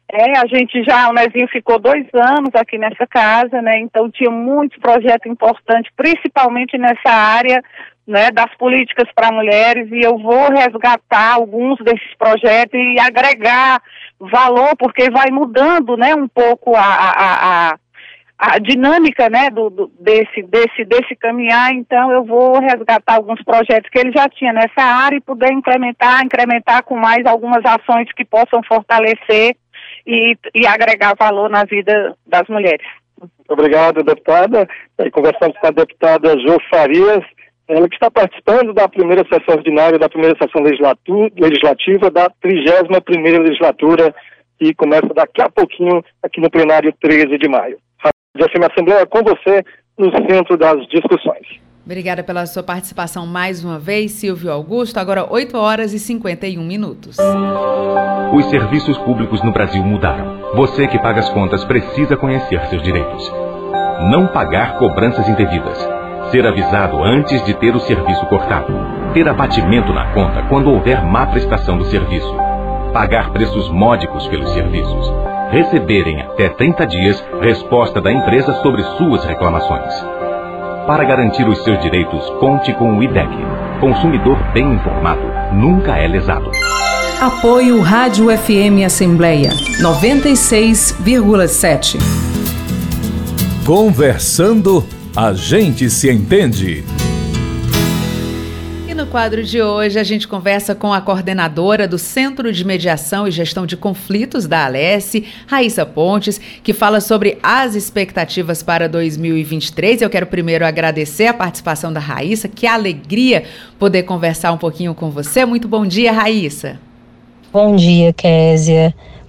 O Nezinho ficou 2 anos aqui nessa casa, né, então tinha muitos projetos importantes, principalmente nessa área, né, das políticas para mulheres, e eu vou resgatar alguns desses projetos e agregar valor, porque vai mudando, né, um pouco a dinâmica, né, desse caminhar. Então eu vou resgatar alguns projetos que ele já tinha nessa área e poder incrementar com mais algumas ações que possam fortalecer e agregar valor na vida das mulheres. Obrigado, deputada. Conversamos com a deputada Jo Farias, ela que está participando da primeira sessão ordinária, da primeira sessão legislativa da 31ª legislatura, que começa daqui a pouquinho aqui no plenário 13 de maio. A FM Assembleia com você no centro das discussões. Obrigada pela sua participação mais uma vez, Silvio Augusto. Agora 8h51. Os serviços públicos no Brasil mudaram. Você que paga as contas precisa conhecer seus direitos. Não pagar cobranças indevidas. Ser avisado antes de ter o serviço cortado. Ter abatimento na conta quando houver má prestação do serviço. Pagar preços módicos pelos serviços. Receberem até 30 dias resposta da empresa sobre suas reclamações. Para garantir os seus direitos, conte com o IDEC. Consumidor bem informado nunca é lesado. Apoio Rádio FM Assembleia 96,7. Conversando, a gente se entende. E no quadro de hoje a gente conversa com a coordenadora do Centro de Mediação e Gestão de Conflitos da Alesse, Raíssa Pontes, que fala sobre as expectativas para 2023. Eu quero primeiro agradecer a participação da Raíssa, que alegria poder conversar um pouquinho com você. Muito bom dia, Raíssa. Bom dia, Késia.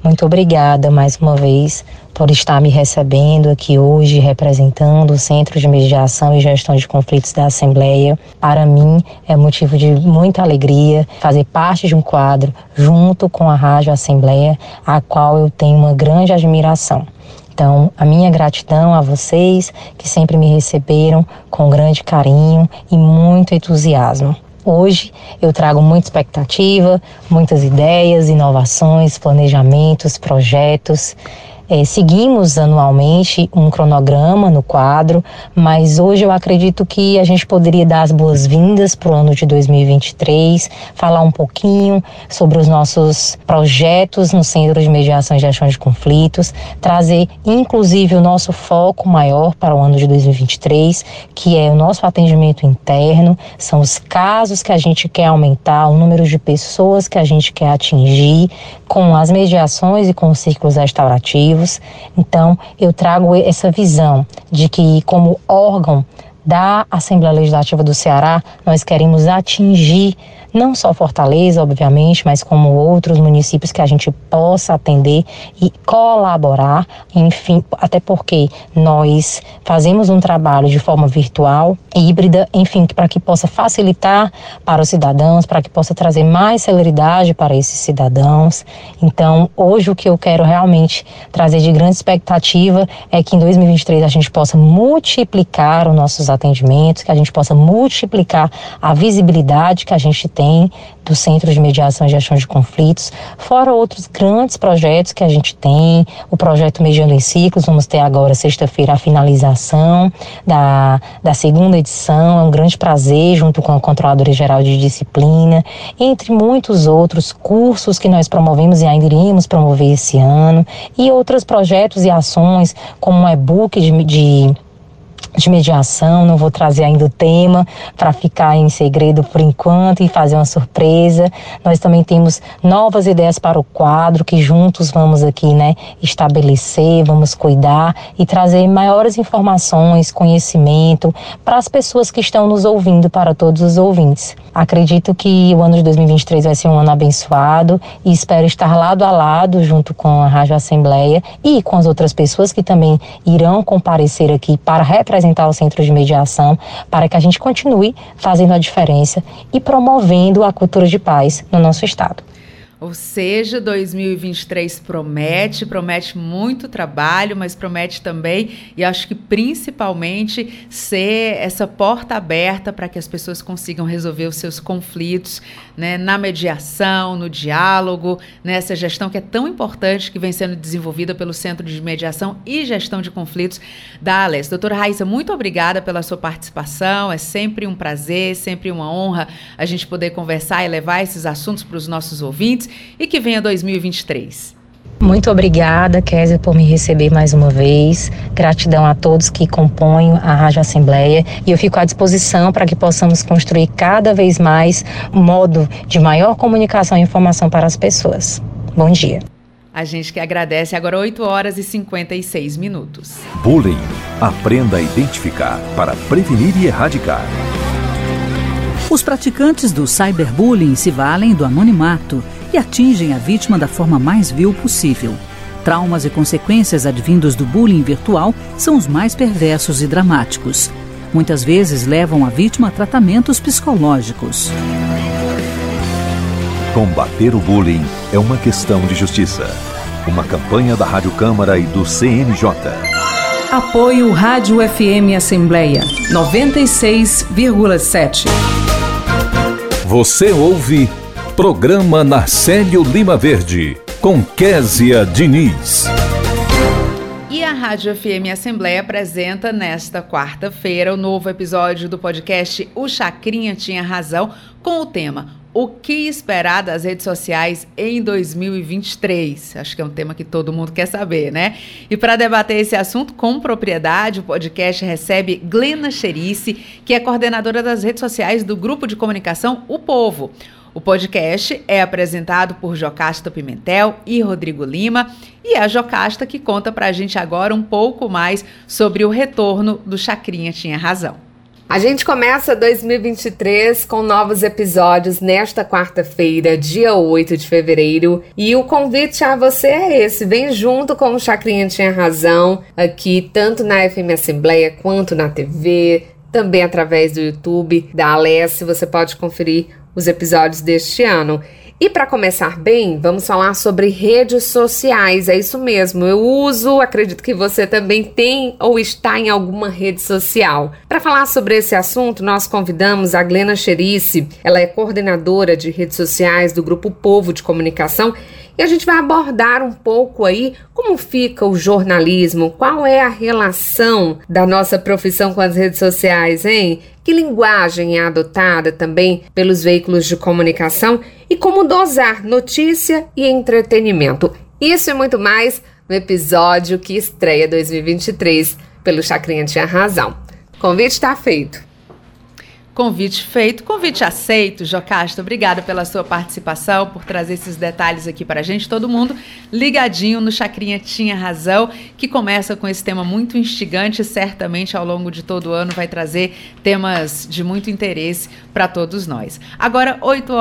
Muito obrigada mais uma vez por estar me recebendo aqui hoje, representando o Centro de Mediação e Gestão de Conflitos da Assembleia. Para mim, é motivo de muita alegria fazer parte de um quadro junto com a Rádio Assembleia, a qual eu tenho uma grande admiração. Então, a minha gratidão a vocês que sempre me receberam com grande carinho e muito entusiasmo. Hoje eu trago muita expectativa, muitas ideias, inovações, planejamentos, projetos. Seguimos anualmente um cronograma no quadro, mas hoje eu acredito que a gente poderia dar as boas-vindas para o ano de 2023, falar um pouquinho sobre os nossos projetos no Centro de Mediação e Gestão de Conflitos, trazer inclusive o nosso foco maior para o ano de 2023, que é o nosso atendimento interno, são os casos que a gente quer aumentar, o número de pessoas que a gente quer atingir com as mediações e com os círculos restaurativos. Então, eu trago essa visão de que, como órgão da Assembleia Legislativa do Ceará, nós queremos atingir não só Fortaleza, obviamente, mas como outros municípios que a gente possa atender e colaborar, enfim, até porque nós fazemos um trabalho de forma virtual, híbrida, enfim, para que possa facilitar para os cidadãos, para que possa trazer mais celeridade para esses cidadãos. Então, hoje o que eu quero realmente trazer de grande expectativa é que em 2023 a gente possa multiplicar os nossos atendimentos, que a gente possa multiplicar a visibilidade que a gente tem do Centro de Mediação e Gestão de Conflitos, fora outros grandes projetos que a gente tem, o projeto Mediando em Ciclos, vamos ter agora sexta-feira a finalização da segunda edição, é um grande prazer junto com a Controladoria Geral de Disciplina, entre muitos outros cursos que nós promovemos e ainda iremos promover esse ano, e outros projetos e ações como um e-book de mediação, não vou trazer ainda o tema para ficar em segredo por enquanto e fazer uma surpresa. Nós também temos novas ideias para o quadro que juntos vamos aqui, estabelecer, vamos cuidar e trazer maiores informações, conhecimento para as pessoas que estão nos ouvindo, para todos os ouvintes. Acredito que o ano de 2023 vai ser um ano abençoado e espero estar lado a lado junto com a Rádio Assembleia e com as outras pessoas que também irão comparecer aqui para representar o Centro de Mediação, para que a gente continue fazendo a diferença e promovendo a cultura de paz no nosso estado. Ou seja, 2023 promete muito trabalho, mas promete também, e acho que principalmente, ser essa porta aberta para que as pessoas consigam resolver os seus conflitos, na mediação, no diálogo, nessa gestão que é tão importante, que vem sendo desenvolvida pelo Centro de Mediação e Gestão de Conflitos da ALES. Doutora Raíssa, muito obrigada pela sua participação, é sempre um prazer, sempre uma honra a gente poder conversar e levar esses assuntos para os nossos ouvintes. E que venha 2023. Muito obrigada, Kézia, por me receber mais uma vez. Gratidão a todos que compõem a Rádio Assembleia. E eu fico à disposição para que possamos construir cada vez mais um modo de maior comunicação e informação para as pessoas. Bom dia. A gente que agradece. Agora 8h56. Bullying. Aprenda a identificar para prevenir e erradicar. Os praticantes do cyberbullying se valem do anonimato e atingem a vítima da forma mais vil possível. Traumas e consequências advindos do bullying virtual são os mais perversos e dramáticos. Muitas vezes levam a vítima a tratamentos psicológicos. Combater o bullying é uma questão de justiça. Uma campanha da Rádio Câmara e do CNJ. Apoio Rádio FM Assembleia 96,7. Você ouve Programa Narcélio Lima Verde, com Kézia Diniz. E a Rádio FM Assembleia apresenta nesta quarta-feira o novo episódio do podcast O Chacrinha Tinha Razão, com o tema O que esperar das redes sociais em 2023? Acho que é um tema que todo mundo quer saber, né? E para debater esse assunto com propriedade, o podcast recebe Glena Cherice, que é coordenadora das redes sociais do Grupo de Comunicação O Povo. O podcast é apresentado por Jocasta Pimentel e Rodrigo Lima, e é a Jocasta que conta pra gente agora um pouco mais sobre o retorno do Chacrinha Tinha Razão. A gente começa 2023 com novos episódios nesta quarta-feira, dia 8 de fevereiro. E o convite a você é esse: vem junto com o Chacrinha Tinha Razão, aqui tanto na FM Assembleia quanto na TV, também através do YouTube da Alesse. Você pode conferir os episódios deste ano. E para começar bem, vamos falar sobre redes sociais. É isso mesmo, eu uso, acredito que você também tem ou está em alguma rede social. Para falar sobre esse assunto, nós convidamos a Glena Cherice. Ela é coordenadora de redes sociais do Grupo Povo de Comunicação. E a gente vai abordar um pouco aí como fica o jornalismo, qual é a relação da nossa profissão com as redes sociais, hein? Que linguagem é adotada também pelos veículos de comunicação e como dosar notícia e entretenimento. Isso e muito mais no episódio que estreia 2023 pelo Chacrinha Tinha Razão. O convite está feito. Convite feito, convite aceito. Jocasta, obrigada pela sua participação, por trazer esses detalhes aqui para a gente. Todo mundo ligadinho no Chacrinha Tinha Razão, que começa com esse tema muito instigante e certamente ao longo de todo o ano vai trazer temas de muito interesse para todos nós. Agora,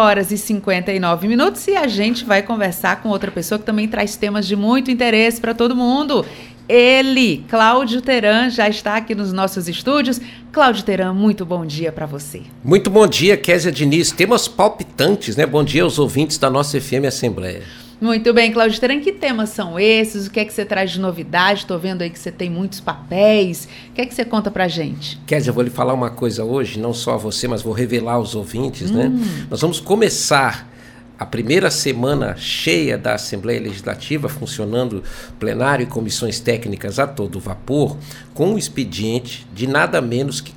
8h59 e a gente vai conversar com outra pessoa que também traz temas de muito interesse para todo mundo. Ele, Cláudio Teran, já está aqui nos nossos estúdios. Cláudio Teran, muito bom dia para você. Muito bom dia, Kézia Diniz. Temas palpitantes, né? Bom dia aos ouvintes da nossa FM Assembleia. Muito bem, Cláudio Teran, que temas são esses? O que é que você traz de novidade? Estou vendo aí que você tem muitos papéis. O que é que você conta pra gente? Kézia, eu vou lhe falar uma coisa hoje, não só a você, mas vou revelar aos ouvintes, né? Nós vamos começar a primeira semana cheia da Assembleia Legislativa, funcionando plenário e comissões técnicas a todo vapor, com um expediente de nada menos que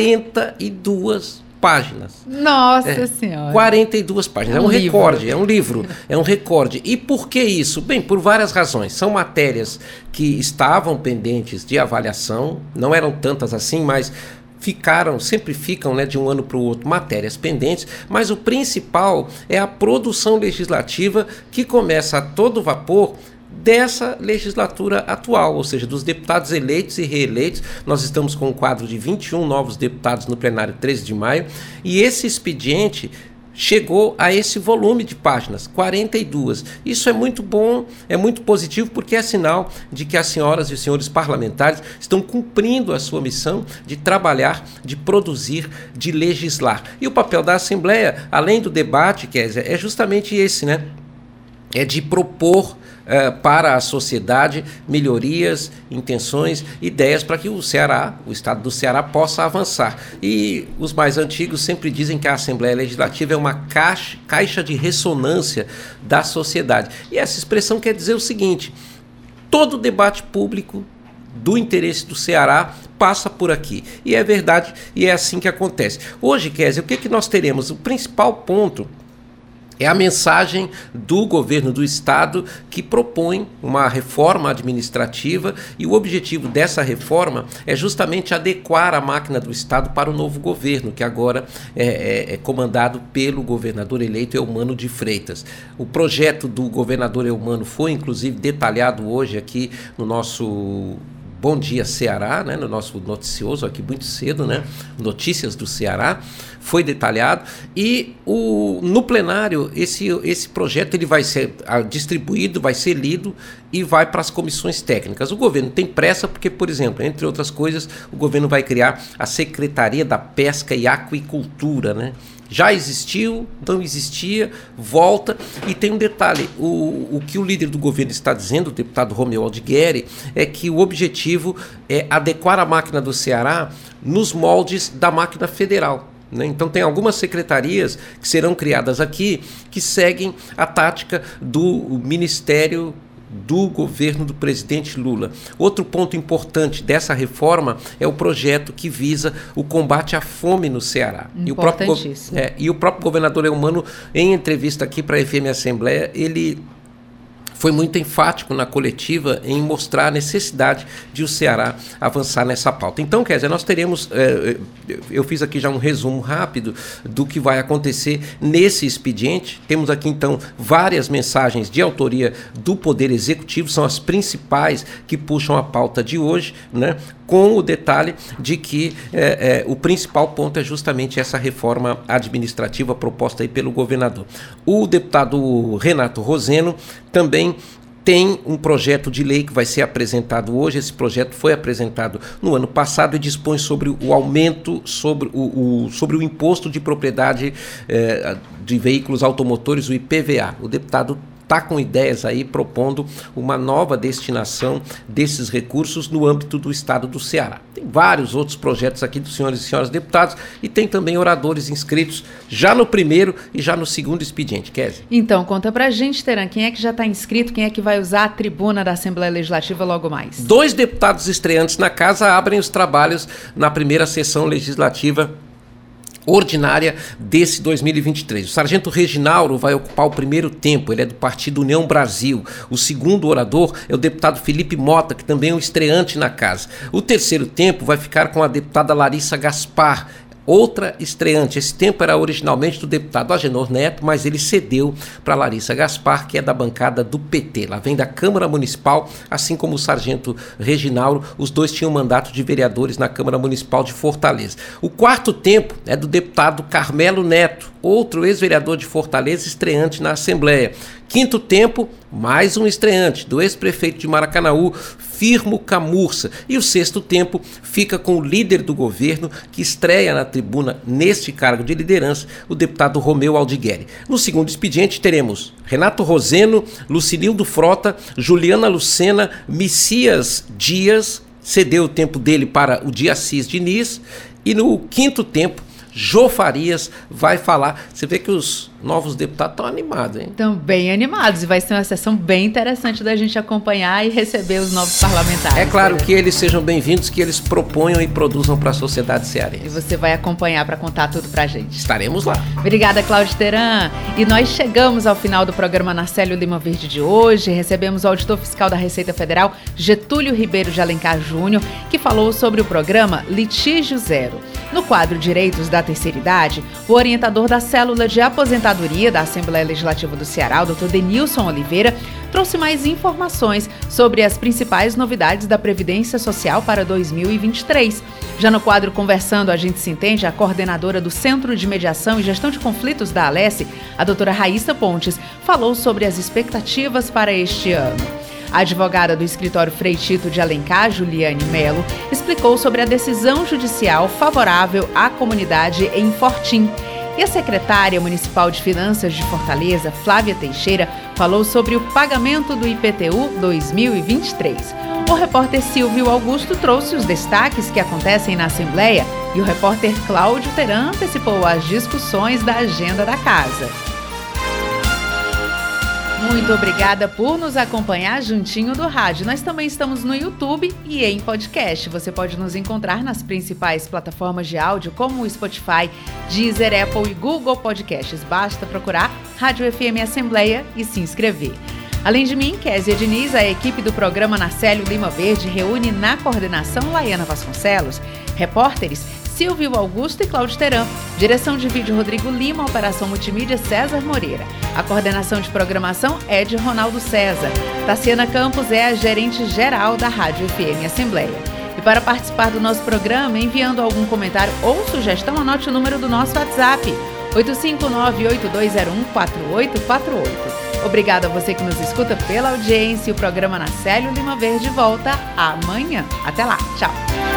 42 páginas. Nossa Senhora! 42 páginas. É um recorde, é um livro, é um recorde. E por que isso? Bem, por várias razões. São matérias que estavam pendentes de avaliação, não eram tantas assim, mas sempre ficam, né, de um ano para o outro, matérias pendentes, mas o principal é a produção legislativa que começa a todo vapor dessa legislatura atual, ou seja, dos deputados eleitos e reeleitos. Nós estamos com um quadro de 21 novos deputados no plenário 13 de maio, e esse expediente chegou a esse volume de páginas, 42. Isso é muito bom, é muito positivo, porque é sinal de que as senhoras e os senhores parlamentares estão cumprindo a sua missão de trabalhar, de produzir, de legislar. E o papel da Assembleia, além do debate, Kézia, é justamente esse, né? É de propor para a sociedade melhorias, intenções, ideias para que o Ceará, o estado do Ceará, possa avançar. E os mais antigos sempre dizem que a Assembleia Legislativa é uma caixa de ressonância da sociedade. E essa expressão quer dizer o seguinte: todo debate público do interesse do Ceará passa por aqui. E é verdade, e é assim que acontece. Hoje, Kézia, o que nós teremos? O principal ponto é a mensagem do governo do estado, que propõe uma reforma administrativa, e o objetivo dessa reforma é justamente adequar a máquina do estado para o novo governo, que agora é comandado pelo governador eleito Eumano de Freitas. O projeto do governador Eumano foi inclusive detalhado hoje aqui no nosso Bom Dia Ceará, né, no nosso noticioso aqui muito cedo, né, Notícias do Ceará, foi detalhado, e no plenário esse projeto ele vai ser distribuído, vai ser lido e vai para as comissões técnicas. O governo tem pressa porque, por exemplo, entre outras coisas, o governo vai criar a Secretaria da Pesca e Aquicultura, né? Já existiu, não existia, volta. E tem um detalhe: o que o líder do governo está dizendo, o deputado Romeu Aldigueri, é que o objetivo é adequar a máquina do Ceará nos moldes da máquina federal, né? Então tem algumas secretarias que serão criadas aqui que seguem a tática do Ministério do governo do presidente Lula. Outro ponto importante dessa reforma é o projeto que visa o combate à fome no Ceará. E o próprio governador Eumano, em entrevista aqui para a FM Assembleia, ele foi muito enfático na coletiva em mostrar a necessidade de o Ceará avançar nessa pauta. Então, quer dizer, nós teremos, eu fiz aqui já um resumo rápido do que vai acontecer nesse expediente. Temos aqui, então, várias mensagens de autoria do Poder Executivo, são as principais que puxam a pauta de hoje, né? Com o detalhe de que o principal ponto é justamente essa reforma administrativa proposta aí pelo governador. O deputado Renato Roseno também tem um projeto de lei que vai ser apresentado hoje. Esse projeto foi apresentado no ano passado e dispõe sobre o aumento sobre o imposto de propriedade de veículos automotores, o IPVA. O deputado está com ideias aí propondo uma nova destinação desses recursos no âmbito do estado do Ceará. Tem vários outros projetos aqui dos senhores e senhoras deputados e tem também oradores inscritos já no primeiro e já no segundo expediente. Kézia. Então, conta pra gente, Teran, quem é que já está inscrito, quem é que vai usar a tribuna da Assembleia Legislativa logo mais? 2 deputados estreantes na casa abrem os trabalhos na primeira sessão legislativa ordinária desse 2023. O sargento Reginauro vai ocupar o primeiro tempo, ele é do Partido União Brasil. O segundo orador é o deputado Felipe Mota, que também é um estreante na casa. O terceiro tempo vai ficar com a deputada Larissa Gaspar, outra estreante. Esse tempo era originalmente do deputado Agenor Neto, mas ele cedeu para Larissa Gaspar, que é da bancada do PT. Ela vem da Câmara Municipal, assim como o sargento Reginauro. Os dois tinham mandato de vereadores na Câmara Municipal de Fortaleza. O quarto tempo é do deputado Carmelo Neto, outro ex-vereador de Fortaleza, estreante na Assembleia. Quinto tempo, mais um estreante, do ex-prefeito de Maracanaú, Firmo Camurça. E o sexto tempo fica com o líder do governo, que estreia na tribuna neste cargo de liderança, o deputado Romeu Aldigueri. No segundo expediente teremos Renato Roseno, Lucilildo Frota, Juliana Lucena, Messias Dias, cedeu o tempo dele para o Diassis Diniz, e no quinto tempo, Jô Farias vai falar. Você vê que os novos deputados estão animados, hein? Estão bem animados e vai ser uma sessão bem interessante da gente acompanhar e receber os novos parlamentares. É claro que eles sejam bem-vindos, que eles proponham e produzam para a sociedade cearense. E você vai acompanhar para contar tudo pra gente. Estaremos lá. Obrigada, Cláudio Teran. E nós chegamos ao final do programa Narcélio Lima Verde de hoje. Recebemos o auditor fiscal da Receita Federal, Getúlio Ribeiro de Alencar Júnior, que falou sobre o programa Litígio Zero. No quadro Direitos da Terceira Idade, o orientador da Célula de Aposentadoria da Assembleia Legislativa do Ceará, o Dr. Denilson Oliveira, trouxe mais informações sobre as principais novidades da Previdência Social para 2023. Já no quadro Conversando, a gente se entende, a coordenadora do Centro de Mediação e Gestão de Conflitos da Alesse, a doutora Raíssa Pontes, falou sobre as expectativas para este ano. A advogada do escritório Frei Tito de Alencar, Juliane Melo, explicou sobre a decisão judicial favorável à comunidade em Fortim. E a secretária municipal de Finanças de Fortaleza, Flávia Teixeira, falou sobre o pagamento do IPTU 2023. O repórter Silvio Augusto trouxe os destaques que acontecem na Assembleia e o repórter Cláudio Teran antecipou as discussões da agenda da casa. Muito obrigada por nos acompanhar juntinho do rádio. Nós também estamos no YouTube e em podcast. Você pode nos encontrar nas principais plataformas de áudio como o Spotify, Deezer, Apple e Google Podcasts. Basta procurar Rádio FM Assembleia e se inscrever. Além de mim, Kézia Diniz, a equipe do programa Narcélio Lima Verde reúne na coordenação Laiana Vasconcelos, repórteres Silvio Augusto e Cláudio Teran. Direção de vídeo Rodrigo Lima, operação multimídia César Moreira. A coordenação de programação é de Ronaldo César. Tassiana Campos é a gerente geral da Rádio FM Assembleia. E para participar do nosso programa, enviando algum comentário ou sugestão, anote o número do nosso WhatsApp, 859-8201-4848. Obrigada a você que nos escuta pela audiência. O programa Narcélio Lima Verde volta amanhã. Até lá. Tchau.